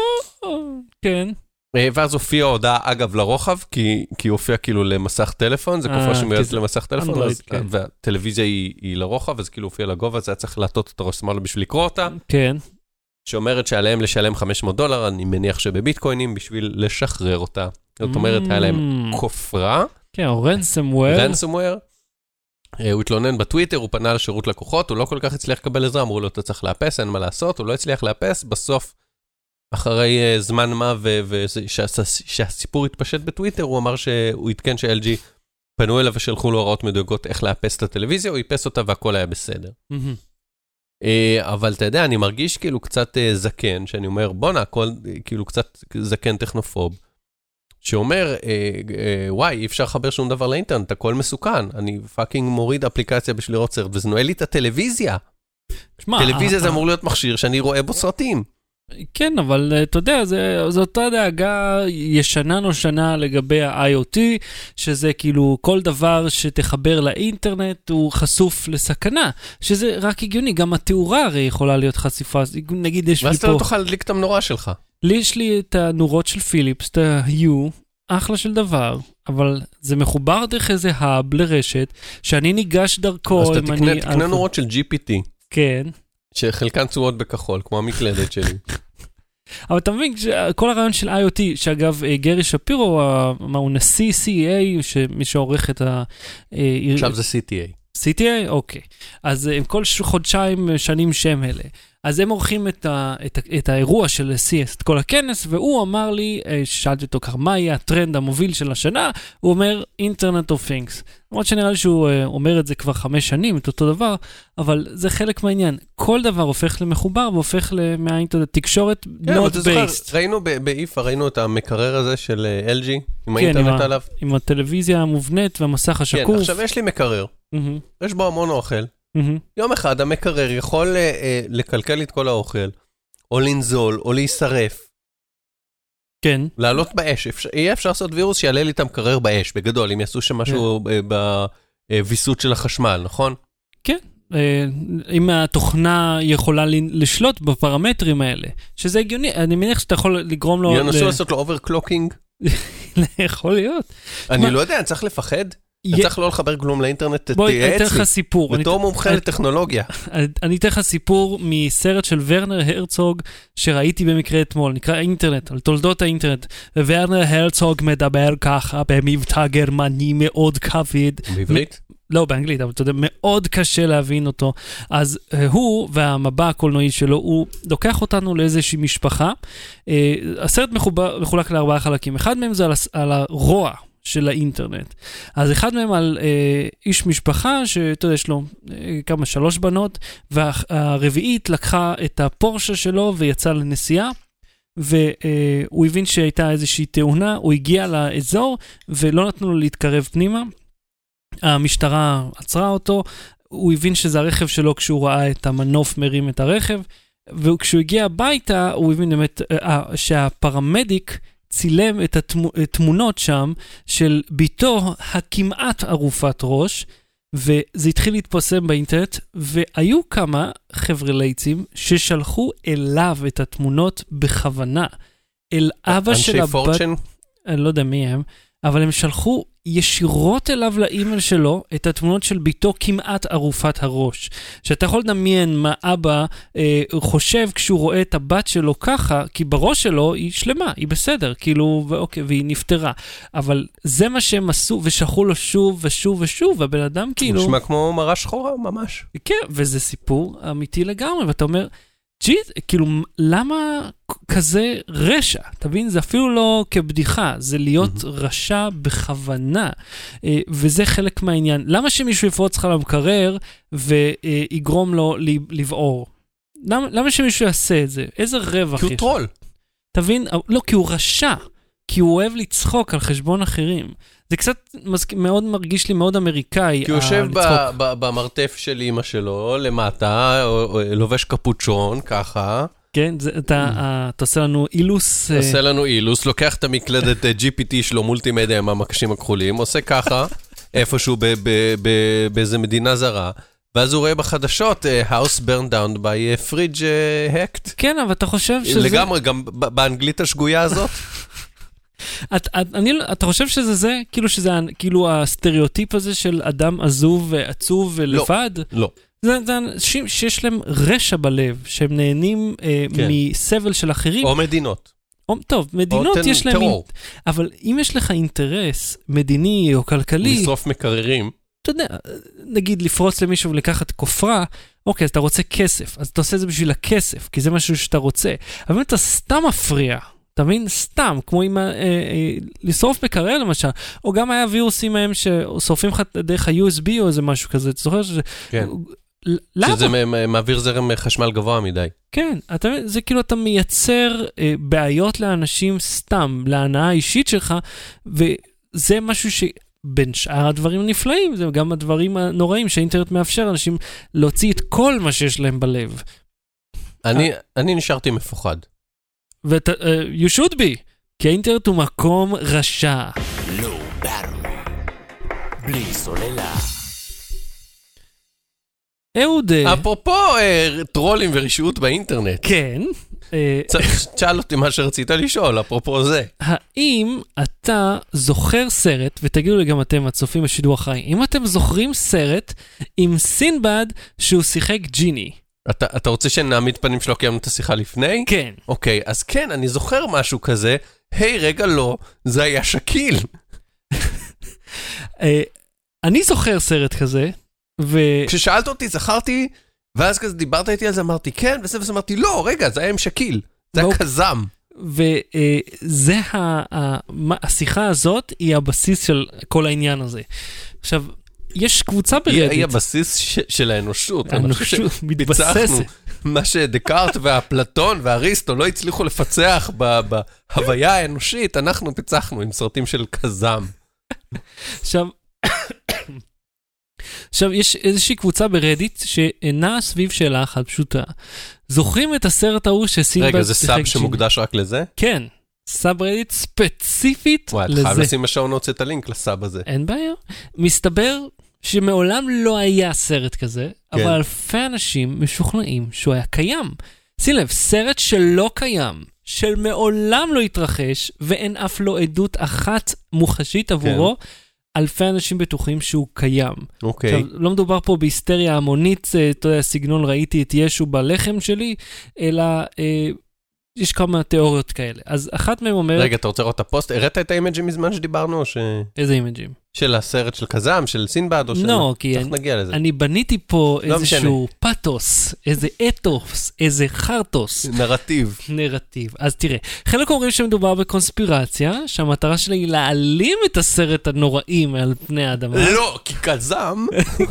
S1: כן.
S2: ואז הופיעה הודעה, אגב, לרוחב, כי היא הופיעה כאילו למסך טלפון, זה קופה שמיועדת למסך טלפון, והטלוויזיה היא לרוחב, אז כאילו הופיעה לגובה, אז היה צריך להטות את הראש שמאלה בשביל לקרוא אותה.
S1: כן.
S2: שאומרת שעליהם לשלם $500, אני מניח שבביטקוינים, בשביל לשחרר אותה. זאת אומרת, היה להם כופרה.
S1: כן, או רנסומוור.
S2: הוא התלונן בטוויטר, הוא פנה לשירות לקוחות, הוא לא כל כך הצליח לקבל עזרה, אמרו לו, אתה צריך לאפס, אין מה לעשות, הוא לא הצליח לאפס, בסוף, אחרי זמן מה, ושהסיפור התפשט בטוויטר, הוא אמר שהוא התקן ש-LG פנו אליו ושלחו לו הוראות מדויקות איך לאפס את הטלוויזיה, הוא איפס אותה והכל היה בסדר. אבל אתה יודע, אני מרגיש כאילו קצת זקן, שאני אומר, בונה, הכל כאילו קצת זקן טכנופוב, שאומר, וואי, אי אפשר לחבר שום דבר לאינטרנט, הכל מסוכן, אני פאקינג מוריד אפליקציה בשביל לראות סרט, וזה נועל לי את הטלוויזיה. טלוויזיה זה אמור להיות מכשיר שאני רואה בו סרטים.
S1: כן, אבל אתה יודע, זו אותה דאגה ישנה נושנה לגבי ה-IoT, שזה כאילו כל דבר שתחבר לאינטרנט הוא חשוף לסכנה, שזה רק הגיוני, גם התאורה הרי יכולה להיות חשיפה, נגיד יש לי פה...
S2: ואז אתה לא תוכל להדליק את המנורה שלך.
S1: לי יש לי את הנורות של פיליפס, את ה-U, אחלה של דבר, אבל זה מחובר דרך איזה האב לרשת, שאני ניגש דרכו...
S2: אז אתה תקנה נורות של GPT.
S1: כן.
S2: שחלקן צורות בכחול, כמו המקלדת שלי.
S1: אבל אתה מבין, כל הרעיון של IoT, שאגב, גרי שפירו, מה הוא נשיא CEA, שמי שעורך את ה...
S2: עכשיו זה CTA.
S1: CTA? אוקיי. אז הם כל חודשיים שנים שם אלה. אז הם עורכים את האירוע של CES, את כל הכנס, והוא אמר לי, שאלתי אותו ככה, מה יהיה הטרנד המוביל של השנה? הוא אומר, Internet of Things. למרות שנראה לי שהוא אומר את זה כבר 5 שנים, את אותו דבר, אבל זה חלק מהעניין. כל דבר הופך למחובר, והופך מהאינטרנט, תקשורת not based.
S2: ראינו באיפה, ראינו את המקרר הזה של LG, עם האינטרנט עליו.
S1: עם הטלוויזיה המובנית והמסך השקוף.
S2: כן, עכשיו יש לי מקרר. יש בו המון אוכל. יום אחד המקרר יכול לקלקל את כל האוכל, או לנזול, או להישרף.
S1: כן.
S2: לעלות באש. יהיה אפשר לעשות וירוס שיעלה לי את המקרר באש, בגדול, אם יעשו שם משהו בוויסות של החשמל, נכון?
S1: כן. אם התוכנה יכולה לשלוט בפרמטרים האלה, שזה הגיוני, אני מניח שאתה יכול לגרום לו...
S2: ינסו לעשות לו אוברקלוקינג?
S1: יכול להיות.
S2: אני לא יודע, אני צריך לפחד? אני צריך לא לחבר כלום לאינטרנט, תייעץ לי. בתור מומחה לטכנולוגיה.
S1: אני אתן לך סיפור מסרט של ורנר הרצוג, שראיתי במקרה אתמול, נקרא אינטרנט, על תולדות האינטרנט. ורנר הרצוג מדבר ככה, במבטא גרמני מאוד כבד.
S2: בעברית?
S1: לא, באנגלית, אבל אתה יודע, מאוד קשה להבין אותו. אז הוא והמבע הקולנועי שלו, הוא לוקח אותנו לאיזושהי משפחה. הסרט מחולק ל4 חלקים. אחד מהם זה על הרוע של האינטרנט. אז אחד מהם על איש משפחה, שאתה יודע, יש לו 3 בנות, והרביעית לקחה את הפורשה שלו ויצא לנסיעה, והוא הבין שהייתה איזושהי תאונה, הוא הגיע לאזור ולא נתנו לו להתקרב פנימה, המשטרה עצרה אותו, הוא הבין שזה הרכב שלו כשהוא ראה את המנוף מרים את הרכב, וכשהוא הגיע הביתה, הוא הבין באמת שהפרמדיק צילם את התמונות שם של ביתו הכמעט ערופת ראש, וזה התחיל להתפרסם באינטרנט, והיו כמה חבר'ה ליצים ששלחו אליו את התמונות בכוונה. אל אבא של הבת... אנשי פורצ'ן? אני לא יודע מי הם, אבל הם שלחו ישירות אליו לאימייל שלו את התמונות של ביתו כמעט ערופת הראש. שאתה יכול לדמיין מה אבא חושב כשהוא רואה את הבת שלו ככה, כי בראש שלו היא שלמה, היא בסדר, כאילו, ואוקיי, והיא נפטרה. אבל זה מה שהם עשו, ושלחו לו שוב ושוב ושוב, והבן אדם כאילו...
S2: נשמע כמו מראה שחורה, ממש.
S1: כן, וזה סיפור אמיתי לגמרי, ואתה אומר... כאילו, למה כזה רשע? תבין, זה אפילו לא כבדיחה, זה להיות רשע בכוונה, וזה חלק מהעניין. למה שמישהו יפרוץ לך למקרר ויגרום לו לבעור? למה שמישהו יעשה את זה? איזה רווח יש?
S2: כי הוא טרול.
S1: תבין, לא, כי הוא רשע, כי הוא אוהב לצחוק על חשבון אחרים. זה קצת מאוד מרגיש לי מאוד אמריקאי.
S2: כי הוא יושב במרתף של אמא שלו, למטה, לובש קפוצ'ון, ככה.
S1: כן, אתה עושה לנו אילוס.
S2: עושה לנו אילוס, לוקח את המקלדת GPT שלו, מולטימדיה עם המקשים הכחולים, עושה ככה, איפשהו באיזה מדינה זרה, ואז הוא רואה בחדשות, house burned down by fridge hacked.
S1: כן, אבל אתה חושב שזה...
S2: לגמרי, גם באנגלית השגויה הזאת.
S1: אתה חושב שזה זה? כאילו הסטריאוטיפ הזה של אדם עזוב ועצוב ולבד?
S2: לא.
S1: זה אנשים שיש להם רשע בלב, שהם נהנים מסבל של אחרים.
S2: או מדינות.
S1: טוב, מדינות יש להם... אבל אם יש לך אינטרס מדיני או כלכלי...
S2: לשרוף מקררים.
S1: אתה יודע, נגיד לפרוץ למישהו ולקחת כופרה, אוקיי, אז אתה רוצה כסף, אז אתה עושה את זה בשביל הכסף, כי זה משהו שאתה רוצה. אבל אם אתה סתם מפריע, אתה מבין? סתם, כמו עם לשרוף מקרר למשל, או גם היה וירוסים מהם ששורפים לך דרך ה-USB או איזה משהו כזה, אתה זוכר שזה...
S2: כן. למה? שזה מעביר זרם חשמל גבוה מדי.
S1: כן, זה כאילו אתה מייצר בעיות לאנשים סתם, להנאה האישית שלך, וזה משהו בין שאר הדברים הנפלאים, זה גם הדברים הנוראים שהאינטרנט מאפשר אנשים להוציא את כל מה שיש להם בלב.
S2: אני נשארתי מפוחד.
S1: you should be, כי האינטרנט הוא מקום רשע.
S3: לא ברור. בלי סוללה.
S1: אהוד.
S2: אפרופו טרולים ורשעות באינטרנט.
S1: כן.
S2: תשאל אותי מה שרצית לשאול, אפרופו זה.
S1: האם אתה זוכר סרט, ותגידו לי גם אתם הצופים בשידור החי, אם אתם זוכרים סרט עם סינבד שהוא שיחק ג'יני?
S2: אתה רוצה שנעמיד פנים שלו קיימנו את השיחה לפני?
S1: כן.
S2: אוקיי, אז כן, אני זוכר משהו כזה, היי, רגע לא, זה היה שקיל.
S1: אני זוכר סרט כזה,
S2: כששאלת אותי, זכרתי, ואז כזה דיברת איתי על זה, אמרתי כן, ואז אמרתי לא, רגע, זה היה עם שקיל, זה היה כזם.
S1: וזה, השיחה הזאת היא הבסיס של כל העניין הזה. עכשיו, יש קבוצה ברדיט.
S2: היא הבסיס של האנושות.
S1: האנושות מתבססת.
S2: מה שדקארט והפלטון והאריסטו לא הצליחו לפצח בהוויה האנושית, אנחנו פיצחנו עם סרטים של כזם.
S1: עכשיו, יש איזושהי קבוצה ברדיט שאינה סביב שאלה אחת פשוטה. זוכרים את הסרט ההוא שסינבד...
S2: רגע, זה סאב שמוקדש רק לזה?
S1: כן. סאב רדיט ספציפית לזה.
S2: וואי, אתה חייב לשים בשעונות את הלינק לסאב הזה.
S1: אין בעיה. מסתבר שמעולם לא היה סרט כזה, אבל אלפי אנשים משוכנעים שהוא היה קיים. שים לב, סרט שלא קיים, של מעולם לא התרחש, ואין אף לא עדות אחת מוחשית עבורו, אלפי אנשים בטוחים שהוא קיים.
S2: אוקיי.
S1: עכשיו, לא מדובר פה בהיסטריה המונית, אתה יודע, סגנון ראיתי את ישו בלחם שלי, אלא יש כמה תיאוריות כאלה. אז אחת מהם אומרת...
S2: רגע, אתה רוצה לראות את הפוסט? הראת את האימג'ים מזמן שדיברנו, או ש...
S1: איזה אימג'ים?
S2: של הסרט של קזם, של סינבד, או של...
S1: לא, כי אני בניתי פה איזשהו פאטוס, איזה אתוס, איזה חרטוס. נרטיב. אז תראה, חלק אומרים שמדובר בקונספירציה, שהמטרה שלה היא להעלים את הסרט הנוראי מעל פני האדמה.
S2: לא, כי קזם,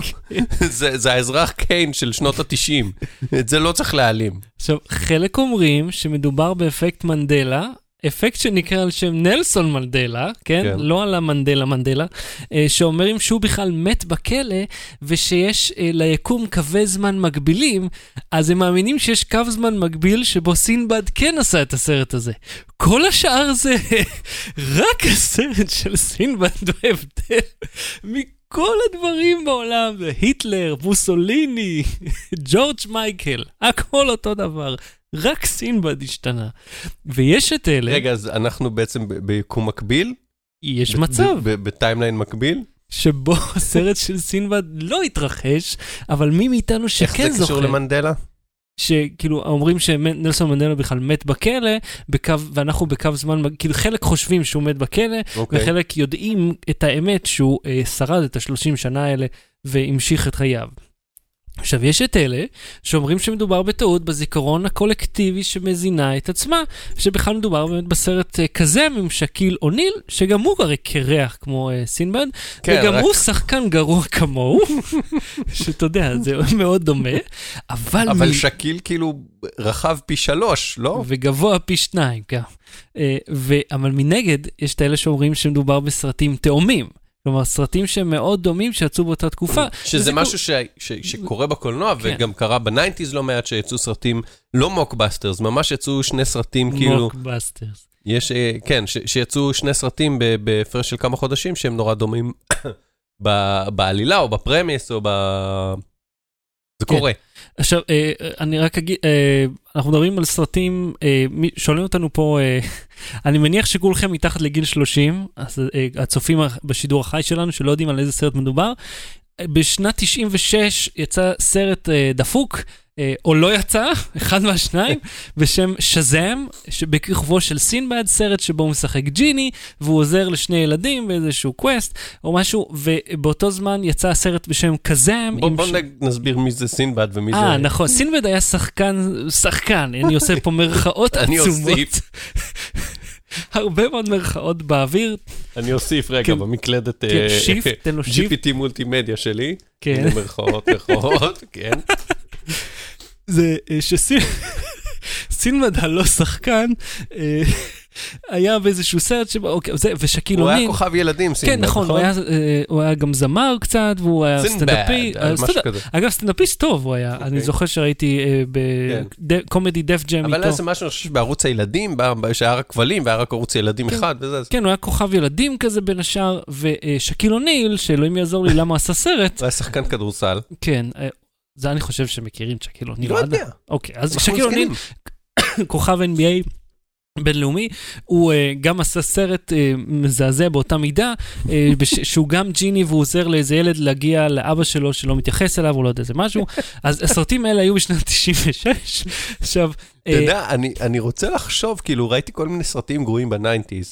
S2: זה האזרח קיין של שנות ה-90. את זה לא צריך להעלים.
S1: עכשיו, חלק אומרים שמדובר באפקט מנדלה, אפקט שנקרא על שם נלסון מנדלה, כן? לא על המנדלה, שאומרים שהוא בכלל מת בכלא, ושיש ליקום קווי זמן מקבילים, אז הם מאמינים שיש קו זמן מקביל שבו סינבד כן עשה את הסרט הזה. כל השאר זה רק הסרט של סינבד בהבדל מכל הדברים בעולם, היטלר, מוסוליני, ג'ורג' מייקל, הכל אותו דבר. רק סינבד השתנה. ויש את אלה...
S2: רגע, אז אנחנו בעצם ביקום מקביל?
S1: יש מצב.
S2: בטיימליין מקביל?
S1: שבו הסרט של סינבד לא התרחש, אבל מי מאיתנו שכן זוכר...
S2: איך זה קשור למנדלה?
S1: שכאילו אומרים שנלסון מנדלה בכלל מת בכלא, ואנחנו בקו זמן, כאילו חלק חושבים שהוא מת בכלא, וחלק יודעים את האמת שהוא שרד את 30 שנה האלה, והמשיך את חייו. עכשיו, יש את אלה שאומרים שמדובר בטעות בזיכרון הקולקטיבי שמזינה את עצמה, שבכלל מדובר באמת בסרט כזה עם שקיל אוניל, שגם הוא הרי קרח כמו סינבד, וגם הוא שחקן גרוע כמוהו, שאתה יודע, זה מאוד דומה,
S2: אבל שקיל כאילו רחב פי 3, לא?
S1: וגבוה פי 2, כן. אבל מנגד, יש את אלה שאומרים שמדובר בסרטים תאומים, כלומר, סרטים שהם מאוד דומים שיצאו באותה תקופה.
S2: שזה משהו שקורה בקולנוע, וגם קרה ב-90s לא מעט שיצאו סרטים לא מוקבאסטרס, ממש יצאו שני סרטים כאילו...
S1: מוקבאסטרס.
S2: כן, שיצאו שני סרטים בפרש של כמה חודשים, שהם נורא דומים בעלילה, או בפרמיס, או ב... זה קורה.
S1: עכשיו, אני רק אגיד, אנחנו מדברים על סרטים, שואלים אותנו פה, אני מניח שכולכם מתחת לגיל 30, אז הצופים בשידור החי שלנו, שלא יודעים על איזה סרט מדובר, בשנת 96 יצא סרט דפוק, או לא יצא, אחד מהשניים, בשם שזם, שבכיכובו של סינבד, סרט שבו הוא משחק ג'יני, והוא עוזר לשני ילדים באיזשהו קווסט, או משהו, ובאותו זמן יצא סרט בשם קזם.
S2: בוא נסביר מי זה סינבד ומי זה...
S1: נכון, סינבד היה שחקן, אני עושה פה מרכאות עצומות. הרבה מאוד מרכאות באוויר.
S2: אני אוסיף רגע במקלדת GPT מולטימדיה שלי.
S1: כן.
S2: מרכאות, כן.
S1: זה שסינבד הלא שחקן היה באיזשהו סרט שבו, ושקיל אוניל.
S2: הוא היה כוכב ילדים, סינבד.
S1: כן, נכון, הוא היה גם זמר קצת, והוא היה סטנדאפיסט. אגב, סטנדאפיסט טוב הוא היה. אני זוכר שראיתי בקומדי דף ג'ם איתו.
S2: אבל היה זה משהו, אני חושב, בערוץ הילדים, שהיה רק כבלים, והיה רק ערוץ ילדים אחד, וזה.
S1: כן, הוא היה כוכב ילדים כזה בין השאר, ושקיל אוניל, שאלוהים יעזור לי למה עשה סרט.
S2: הוא היה שחקן כדורסל.
S1: כן, זה אני חושב שמכירים שקיל אוניל.
S2: לא יודע.
S1: אוקיי, אז שקיל אוניל, כוכב NBA בינלאומי, הוא גם עשה סרט מזעזע באותה מידה, שהוא גם ג'יני והוא עוזר לאיזה ילד להגיע לאבא שלו שלא מתייחס אליו, או לא יודע איזה משהו. אז הסרטים האלה היו בשנת 96. עכשיו...
S2: אתה יודע, אני רוצה לחשוב, כאילו ראיתי כל מיני סרטים גרועים ב-90s,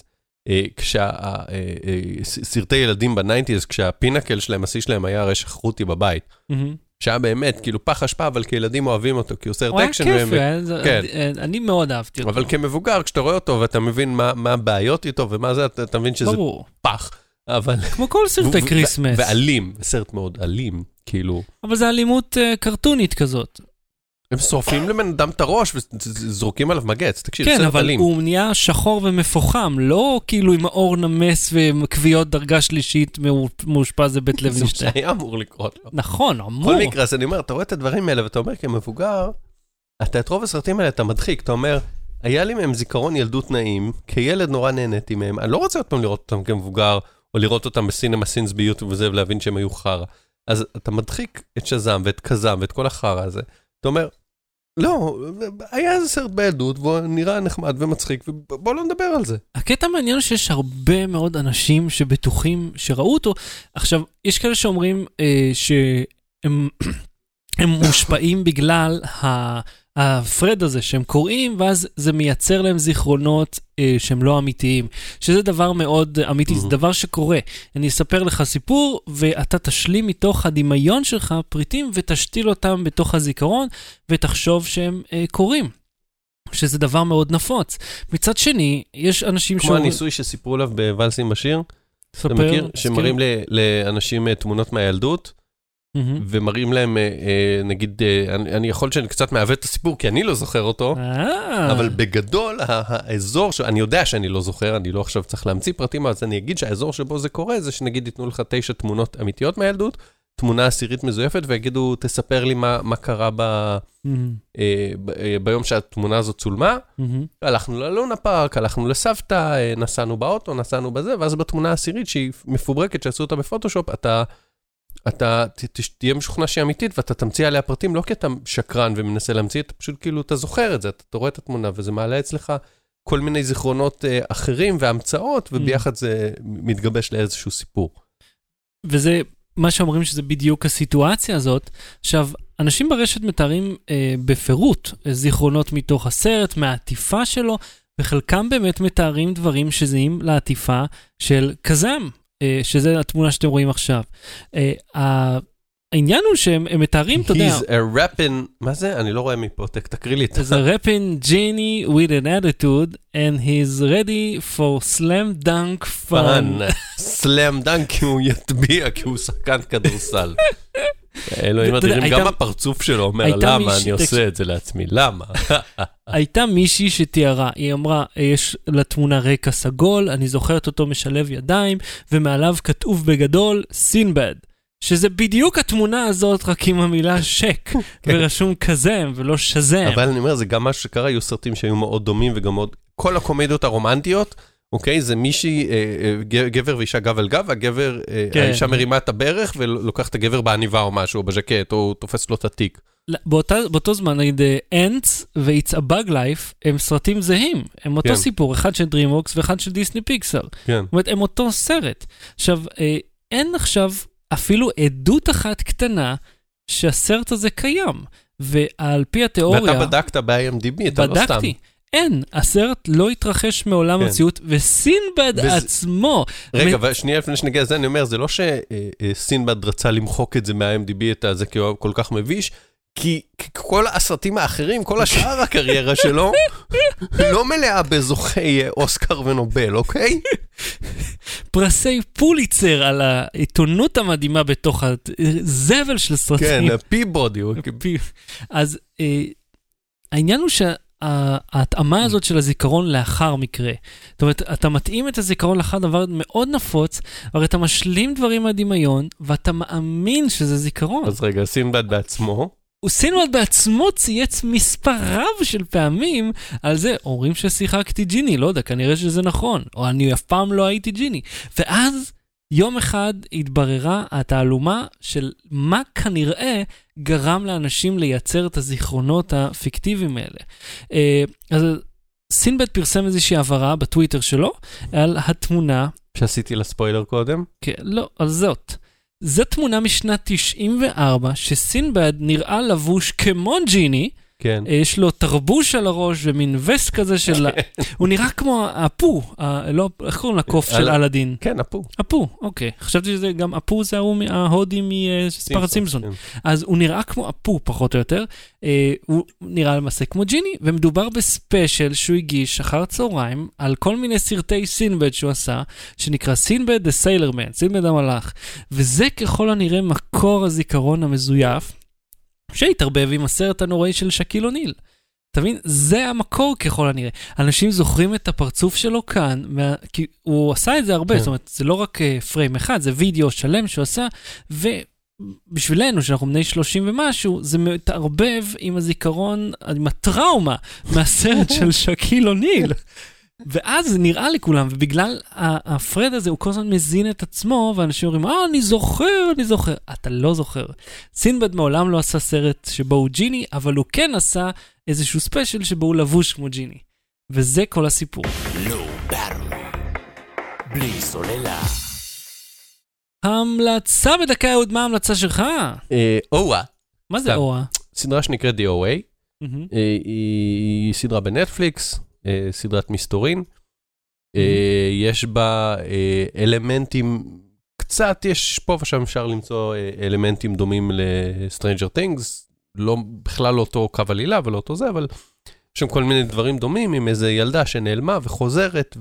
S2: סרטי ילדים ב-90s, כשהפינקל שלהם, השיא שלהם היה רשך רותי בבית. שהיה באמת, כאילו פח אשפה, אבל כילדים אוהבים אותו, כי הוא סרט אקשן.
S1: הוא היה כיף, אני מאוד אהבתי אותו.
S2: אבל כמבוגר, כשאתה רואה אותו ואתה מבין מה הבעיות איתו, ומה זה, אתה מבין שזה פח.
S1: כמו כל סרטי קריסמס.
S2: ואלים, סרט מאוד אלים, כאילו.
S1: אבל זה אלימות קרטונית כזאת.
S2: הם שורפים לבן אדם את הראש וזרוקים עליו מגץ, תקשיב,
S1: כן,
S2: סרט
S1: אבל
S2: אלים.
S1: הוא נהיה שחור ומפוחם, לא כאילו עם האור נמס וכוויות דרגה שלישית מאושפז בבית לוינשטיין.
S2: זה היה אמור לקרות לו.
S1: נכון, אמור.
S2: כל מקרה, אז אני אומר, אתה רואה את הדברים האלה ואתה אומר כמבוגר, אתה את רוב הסרטים האלה אתה מדחיק, אתה אומר, היה לי מהם זיכרון ילדות נעים, כילד נורא נהניתי מהם, אני לא רוצה עוד פעם לראות אותם כמבוגר, או לראות אותם בסינמה סינס ביוטיוב וזה, ולהבין שהם היו חרא. אז אתה מדחיק את שזם ואת קזם ואת כל החרא הזה. אתה אומר, לא, היה איזה סרט בילדות, והוא נראה נחמד ומצחיק, ובוא לא נדבר על זה.
S1: הקטע מעניין הוא שיש הרבה מאוד אנשים שבטוחים שראו אותו. עכשיו, יש כאלה שאומרים שהם מושפעים בגלל הפרד הזה שהם קוראים, ואז זה מייצר להם זיכרונות שהם לא אמיתיים. שזה דבר מאוד אמיתי, זה דבר שקורה. אני אספר לך סיפור, ואתה תשלים מתוך הדמיון שלך פריטים, ותשתיל אותם בתוך הזיכרון, ותחשוב שהם קוראים. שזה דבר מאוד נפוץ. מצד שני, יש אנשים
S2: כמו הניסוי שסיפרו עליו בוואלסים בשיר, אתה מכיר? שמראים לאנשים תמונות מהילדות, ומראים להם, נגיד, אני יכול שאני קצת מעוות את הסיפור, כי אני לא זוכר אותו, אבל בגדול, האזור, אני יודע שאני לא זוכר, אני לא עכשיו צריך להמציא פרטים, אז אני אגיד שהאזור שבו זה קורה, זה שנגיד ייתנו לך 9 תמונות אמיתיות מהילדות, תמונה עשירית מזויפת, ויגידו, תספר לי מה קרה ביום שהתמונה הזאת צולמה, הלכנו ללונה פארק, הלכנו לסבתא, נסענו באוטו, נסענו בזה, ואז בתמונה העשירית שהיא מפוברקת, שעשו אותה בפוטושופ, אתה תהיה משוכנע שהיא אמיתית, ואתה תמציא עליה פרטים, לא כי אתה שקרן ומנסה להמציא, אתה פשוט כאילו, אתה זוכר את זה, אתה רואה את התמונה, וזה מעלה אצלך כל מיני זיכרונות אחרים והמצאות, וביחד זה מתגבש לאיזשהו סיפור.
S1: וזה מה שאומרים שזה בדיוק הסיטואציה הזאת. עכשיו, אנשים ברשת מתארים בפירוט זיכרונות מתוך הסרט, מהעטיפה שלו, וחלקם באמת מתארים דברים שזהים לעטיפה של קזם. שזה התמונה שאתם רואים עכשיו. העניין הוא שהם מתארים, אתה יודע...
S2: He's a rapping... מה זה? אני לא רואה מפה, תקריא לי את זה.
S1: He's a rapping genie with an attitude, and he's ready for slam dunk fun.
S2: slam dunk כי הוא יטביע, כי הוא שחקן כדורסל. אלוהים אדירים, גם הפרצוף שלו אומר, למה אני עושה את זה לעצמי? למה?
S1: הייתה מישהי שתיארה, היא אמרה, יש לתמונה רקע סגול, אני זוכרת אותו משלב ידיים, ומעליו כתוב בגדול, סינבד, שזה בדיוק התמונה הזאת, רק עם המילה שק, ורשום כזם, ולא שזם.
S2: אבל אני אומר, זה גם משהו שקרה, היו סרטים שהיו מאוד דומים, וגם מאוד, כל הקומדיות הרומנטיות, אוקיי, זה מישהי, גבר ואישה גב על גב, הגבר, האישה מרימה את הברך, ולוקח את הגבר בעניבה או משהו, או בז'קט, או תופס לו את התיק.
S1: באותו זמן, נגיד, Ants ו-It's a Bug Life, הם סרטים זהים. הם אותו סיפור, אחד של DreamWorks ואחד של דיסני פיקסאר. זאת אומרת, הם אותו סרט. עכשיו, אין עכשיו אפילו עדות אחת קטנה שהסרט הזה קיים. ועל פי התיאוריה...
S2: ואתה בדקת ב-IMDb, אתה לא סתם.
S1: בדקתי. אין, הסרט לא התרחש מעולם המציאות, וסינבד עצמו...
S2: רגע, ושנייה לפני שנגיע לזה, אני אומר, זה לא שסינבד רצה למחוק את זה מה-IMDb, את זה כי הוא כל כך מביש, כי כל הסרטים האחרים, כל השאר הקריירה שלו, לא מלאה בזוכי אוסקר ונובל, אוקיי?
S1: פרסי פוליצר על העיתונות המדהימה בתוך הזבל של סרטים.
S2: כן, הפיבודי.
S1: אז העניין הוא ההתאמה הזאת של הזיכרון לאחר מקרה. זאת אומרת, אתה מתאים את הזיכרון לאחר דבר מאוד נפוץ, הרי אתה משלים דברים מהדמיון, ואתה מאמין שזה זיכרון.
S2: אז רגע, סינבד בעצמו?
S1: סינבד בעצמו צייץ מספר רב של פעמים על זה, אומרים ששיחקתי ג'יני, לא יודע, כנראה שזה נכון, או אני אף פעם לא הייתי ג'יני. ואז יום אחד התבררה התעלומה של מה כנראה גרם לאנשים לייצר את הזיכרונות הפיקטיביים האלה. אז סינבד פרסם איזושהי הבהרה בטוויטר שלו על התמונה...
S2: שעשיתי לספוילר קודם?
S1: כן, לא, על זאת. זו תמונה משנת 94, שסינבד נראה לבוש כמו ג'יני,
S2: כן.
S1: יש לו תרבוש על הראש ומין וסט כזה של... הוא נראה כמו אפו, לא, איך קוראים לקוף של אלאדין?
S2: כן, אפו.
S1: אפו, אוקיי. חשבתי שזה גם אפו זה ההודי מספרד סימפסון. אז הוא נראה כמו אפו פחות או יותר. הוא נראה למעשה כמו ג'יני, ומדובר בספיישל שהוא הגיש אחר צהריים על כל מיני סרטי סינבד שהוא עשה, שנקרא סינבד the Sailor Man, סינבד המלאך. וזה ככל הנראה מקור הזיכרון המזויף, שהתערבב עם הסרט הנוראי של שקיל אוניל. תבין, זה המקור ככל הנראה. אנשים זוכרים את הפרצוף שלו כאן, כי הוא עשה את זה הרבה, זאת אומרת, זה לא רק פריים אחד, זה וידאו שלם שהוא עשה, ובשבילנו, שאנחנו בני 30 ומשהו, זה מתערבב עם הזיכרון, עם הטראומה מהסרט של שקיל אוניל. ואז נראה לכולם, ובגלל הפרד הזה, הוא כל הזמן מזין את עצמו, ואנשים אומרים, אני זוכר. אתה לא זוכר. סינבד מעולם לא עשה סרט שבו הוא ג'יני, אבל הוא כן עשה איזשהו ספיישל שבו הוא לבוש כמו ג'יני. וזה כל הסיפור.
S3: לא ברור. בלי סוללה.
S1: המלצה בדקה, אהוד, מה ההמלצה שלך?
S2: אואה.
S1: מה זה אואה?
S2: סדרה שנקראת DOA. היא סדרה בנטפליקס, סדרת מסתורין. יש בה אלמנטים, קצת יש פה ושם אפשר למצוא אלמנטים דומים ל-Stranger Things, בכלל לא אותו קו עלילה ולא אותו זה, אבל יש שם כל מיני דברים דומים, עם איזו ילדה שנעלמה וחוזרת,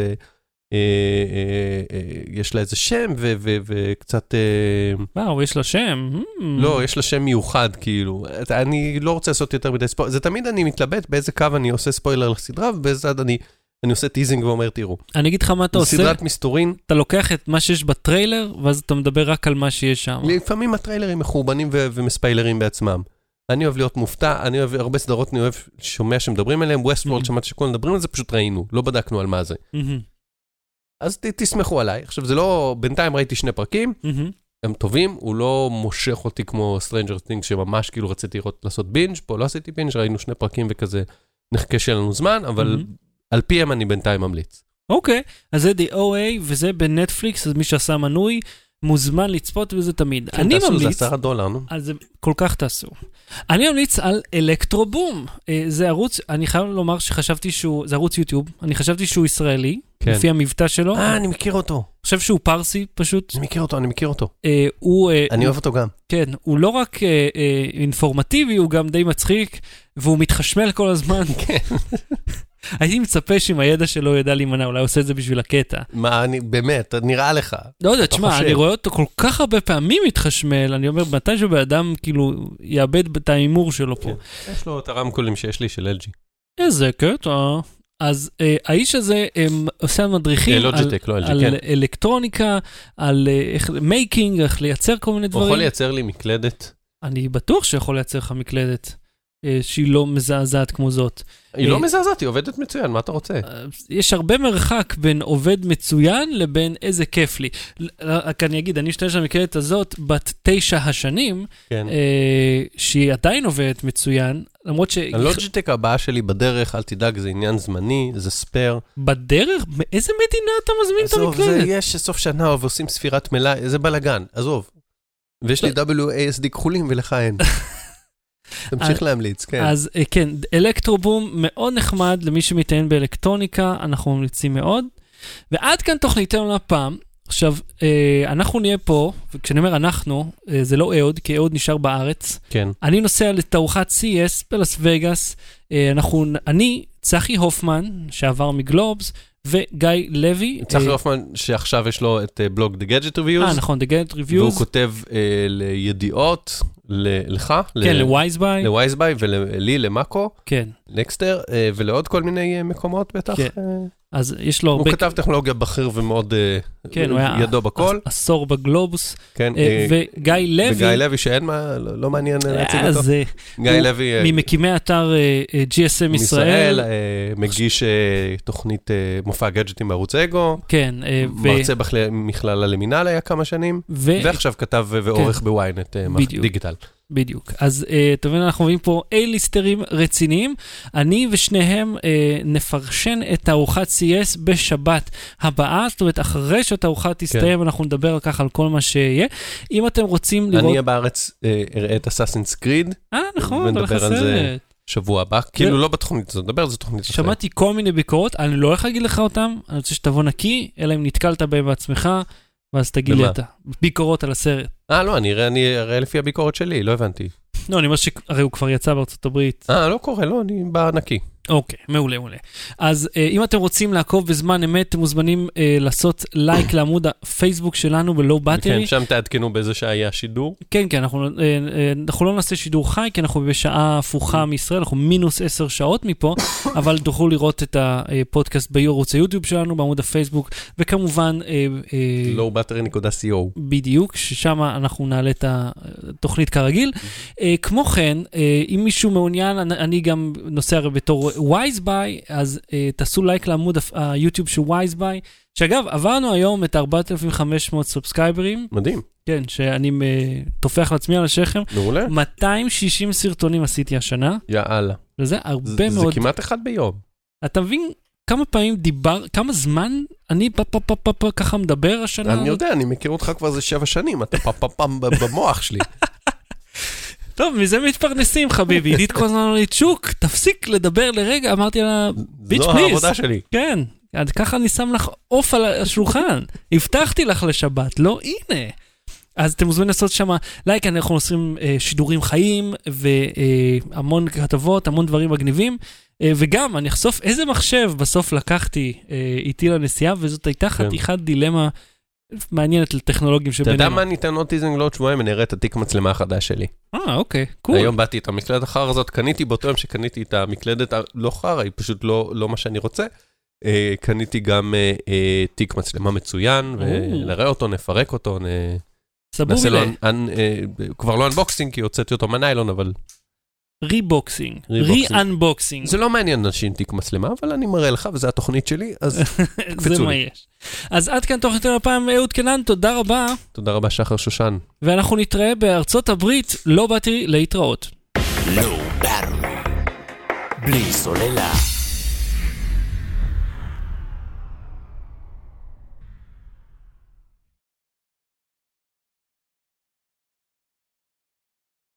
S2: יש לה איזה שם, וקצת...
S1: וואו, יש לה שם?
S2: לא, יש לה שם מיוחד, כאילו. אני לא רוצה לעשות יותר מדי ספוילר. זה תמיד אני מתלבט באיזה קו אני עושה ספוילר לסדרה, ובאיזה עד אני עושה טיזינג ואומר, תראו.
S1: אני אגיד לך מה אתה עושה.
S2: סדרת מסתורין.
S1: אתה לוקח את מה שיש בטריילר, ואז אתה מדבר רק על מה שיש שם.
S2: לפעמים הטריילרים מחורבנים ומספיילרים בעצמם. אני אוהב להיות מופתע, אני אוהב הרבה סדרות, אני אוהב שומע שמדברים עליהם, ווסטוורלד, שמעתי שכל מדברים על זה, פשוט ראינו, לא בדקנו על מה זה. אז תסמכו עליי. עכשיו, זה לא, בינתיים ראיתי 2 פרקים, הם טובים, הוא לא מושך אותי כמו Stranger Things, שממש כאילו רציתי לעשות בינג', פה לא עשיתי בינג', ראינו 2 פרקים וכזה נחכה שלנו זמן, אבל על פיהם אני בינתיים ממליץ.
S1: אוקיי, אז זה DOA, וזה בנטפליקס, אז מי שעשה מנוי, מוזמן לצפות בזה תמיד. אני ממליץ...
S2: זה $10, נו.
S1: אז כל כך תעשו. אני ממליץ על אלקטרובום. זה ערוץ, אני חייב לומר שחשבתי שהוא, זה ערוץ יוטיוב, אני חשבתי שהוא ישראלי, לפי המבטא שלו.
S2: אני מכיר אותו.
S1: אני חושב שהוא פרסי פשוט.
S2: אני מכיר אותו.
S1: אני
S2: אוהב אותו גם.
S1: כן, הוא לא רק אינפורמטיבי, הוא גם די מצחיק, והוא מתחשמל כל הזמן. כן. הייתי מצפה שעם הידע שלו ידע להימנע, אולי עושה את זה בשביל הקטע.
S2: מה, באמת, נראה לך.
S1: לא יודע, תשמע, אני רואה אותו כל כך הרבה פעמים מתחשמל, אני אומר, מתי שבאדם כאילו יאבד את האימור שלו פה.
S2: יש לו את הרמקולים שיש לי של LG.
S1: איזה קטע. אז האיש הזה עושה מדריכים על אלקטרוניקה, על מייקינג, איך לייצר כל מיני דברים.
S2: הוא יכול לייצר לי מקלדת?
S1: אני בטוח שיכול לייצר לך מקלדת. שהיא לא מזעזעת כמו זאת.
S2: היא לא מזעזעת, היא עובדת מצוין, מה אתה רוצה?
S1: יש הרבה מרחק בין עובד מצוין לבין איזה כיף לי. רק אני אגיד, אני אשתמש במקלדת הזאת בת 9 השנים, שהיא עדיין עובדת מצוין, למרות ש...
S2: הלוג'יטק הבאה שלי בדרך, אל תדאג, זה עניין זמני, זה ספר.
S1: בדרך? מאיזה מדינה אתה מזמין את המקלדת?
S2: עזוב, יש סוף שנה ועושים ספירת מלאי, זה בלגן, עזוב. ויש לי WASD כחולים ולך אין. תמשיך להמליץ, כן.
S1: אז כן, אלקטרובום מאוד נחמד למי שמתעניין באלקטרוניקה, אנחנו ממליצים מאוד. ועד כאן תוכניתנו לפעם. עכשיו, אנחנו נהיה פה, וכשאני אומר אנחנו, זה לא אהוד, כי אהוד נשאר בארץ.
S2: כן.
S1: אני נוסע לתערוכת CES בלס וגאס. אני, צחי הופמן, שעבר מגלובס, וגיא לוי.
S2: צחי הופמן, שעכשיו יש לו את בלוג The Gadget Reviews.
S1: נכון, The Gadget Reviews.
S2: והוא כותב לידיעות, לך.
S1: כן, לווייזביי.
S2: לווייזביי ולי, למאקו.
S1: כן.
S2: נקסטר, ולעוד כל מיני מקומות בטח.
S1: כן. אז יש לו...
S2: הוא כתב טכנולוגיה בכיר ומאוד ידו בכל.
S1: עשור בגלובוס.
S2: כן.
S1: וגיא לוי.
S2: וגיא לוי שאין מה, לא מעניין להציג אותו. גיא לוי.
S1: ממקימי אתר GSM ישראל.
S2: מגיש תוכנית מופע גאדג'טים בערוץ אגו.
S1: כן.
S2: מרצה במכללה למינהל היה כמה שנים. ועכשיו כתב ועורך בוויינט דיגיטל.
S1: בדיוק. אז תבין, אנחנו רואים פה A-ליסטרים רציניים. אני ושניהם נפרשן את תערוכת CES בשבת הבאה, זאת אומרת, אחרי שהתערוכה תסתיים, אנחנו נדבר כך על כל מה שיהיה. אם אתם רוצים לראות...
S2: אני בארץ אראה את Assassin's Creed.
S1: נכון,
S2: ונדבר על זה שבוע הבא. כאילו לא בתוכנית הזאת, נדבר על זה תוכנית אחרת.
S1: שמעתי כל מיני ביקורות, אני לא הולך להגיד לך אותם, אני רוצה שתבוא נקי, אלא אם נתקלת בהם בעצמך, ואז תגיד לי אתה. ביקורות על הסרט.
S2: לא, אני אראה לפי הביקורת שלי, לא הבנתי.
S1: לא, אני אומר שהרי הוא כבר יצא בארצות הברית.
S2: לא קורה, לא, אני בא נקי.
S1: אוקיי, מעולה, מעולה. אז אם אתם רוצים לעקוב בזמן אמת, אתם מוזמנים לעשות לייק לעמוד הפייסבוק שלנו בלואו בטרי.
S2: כן, שם תעדכנו באיזה שעה היה שידור.
S1: כן, כן, אנחנו לא נעשה שידור חי, כי אנחנו בשעה הפוכה מישראל, אנחנו מינוס 10 שעות מפה, אבל תוכלו לראות את הפודקאסט בערוץ היוטיוב שלנו, בעמוד הפייסבוק, וכמובן...
S2: lowbattery.co.
S1: בדיוק, ששם אנחנו נעלה את התוכנית כרגיל. כמו כן, אם מישהו מעוניין, אני גם נוסע בתור ווייזביי, אז תעשו לייק לעמוד היוטיוב של ווייזביי, שאגב, עברנו היום את 4,500 סובסקייברים.
S2: מדהים.
S1: כן, שאני תופח לעצמי על השכם.
S2: מעולה.
S1: 260 סרטונים עשיתי השנה.
S2: יאללה.
S1: וזה הרבה מאוד.
S2: זה כמעט אחד ביום.
S1: אתה מבין כמה פעמים כמה זמן אני ככה מדבר השנה?
S2: אני יודע, אני מכיר אותך כבר זה 7 שנים, אתה פאפאפאם במוח שלי.
S1: טוב, מזה מתפרנסים, חביבי. עידית כל הזמן אמר לי, צ'וק, תפסיק לדבר לרגע. אמרתי לה, ביץ' פליז.
S2: זו העבודה שלי.
S1: כן, ככה אני שם לך אוף על השולחן. הבטחתי לך לשבת, לא? הנה. אז אתם מוזמנים לעשות שם לייק, אנחנו עושים שידורים חיים, והמון כתבות, המון דברים מגניבים, וגם אני אחשוף איזה מחשב בסוף לקחתי איתי לנסיעה, וזאת הייתה חתיכת דילמה מעניינת לטכנולוגים שבינינו.
S2: אתה יודע מה ניתן אוטיזם לעוד שבועיים, אני אראה את התיק מצלמה החדש שלי.
S1: אוקיי, קול.
S2: היום באתי את המקלדת החר הזאת, קניתי באותו יום שקניתי את המקלדת הלא חר, היא פשוט לא מה שאני רוצה. קניתי גם תיק מצלמה מצוין, ונראה אותו, נפרק אותו, נעשה לו, כבר לא אנבוקסינג, כי הוצאתי אותו מניילון, אבל...
S1: ריבוקסינג, רי-אנבוקסינג.
S2: זה לא מעניין אנשים תיק מצלמה, אבל אני מראה לך, וזו התוכנית שלי, אז
S1: זה מה יש. אז עד כאן תוכנית הפעם, אהוד קנן, תודה רבה.
S2: תודה רבה, שחר שושן.
S1: ואנחנו נתראה בארצות הברית, לא באתי להתראות.
S3: לא באתי, בלי סוללה.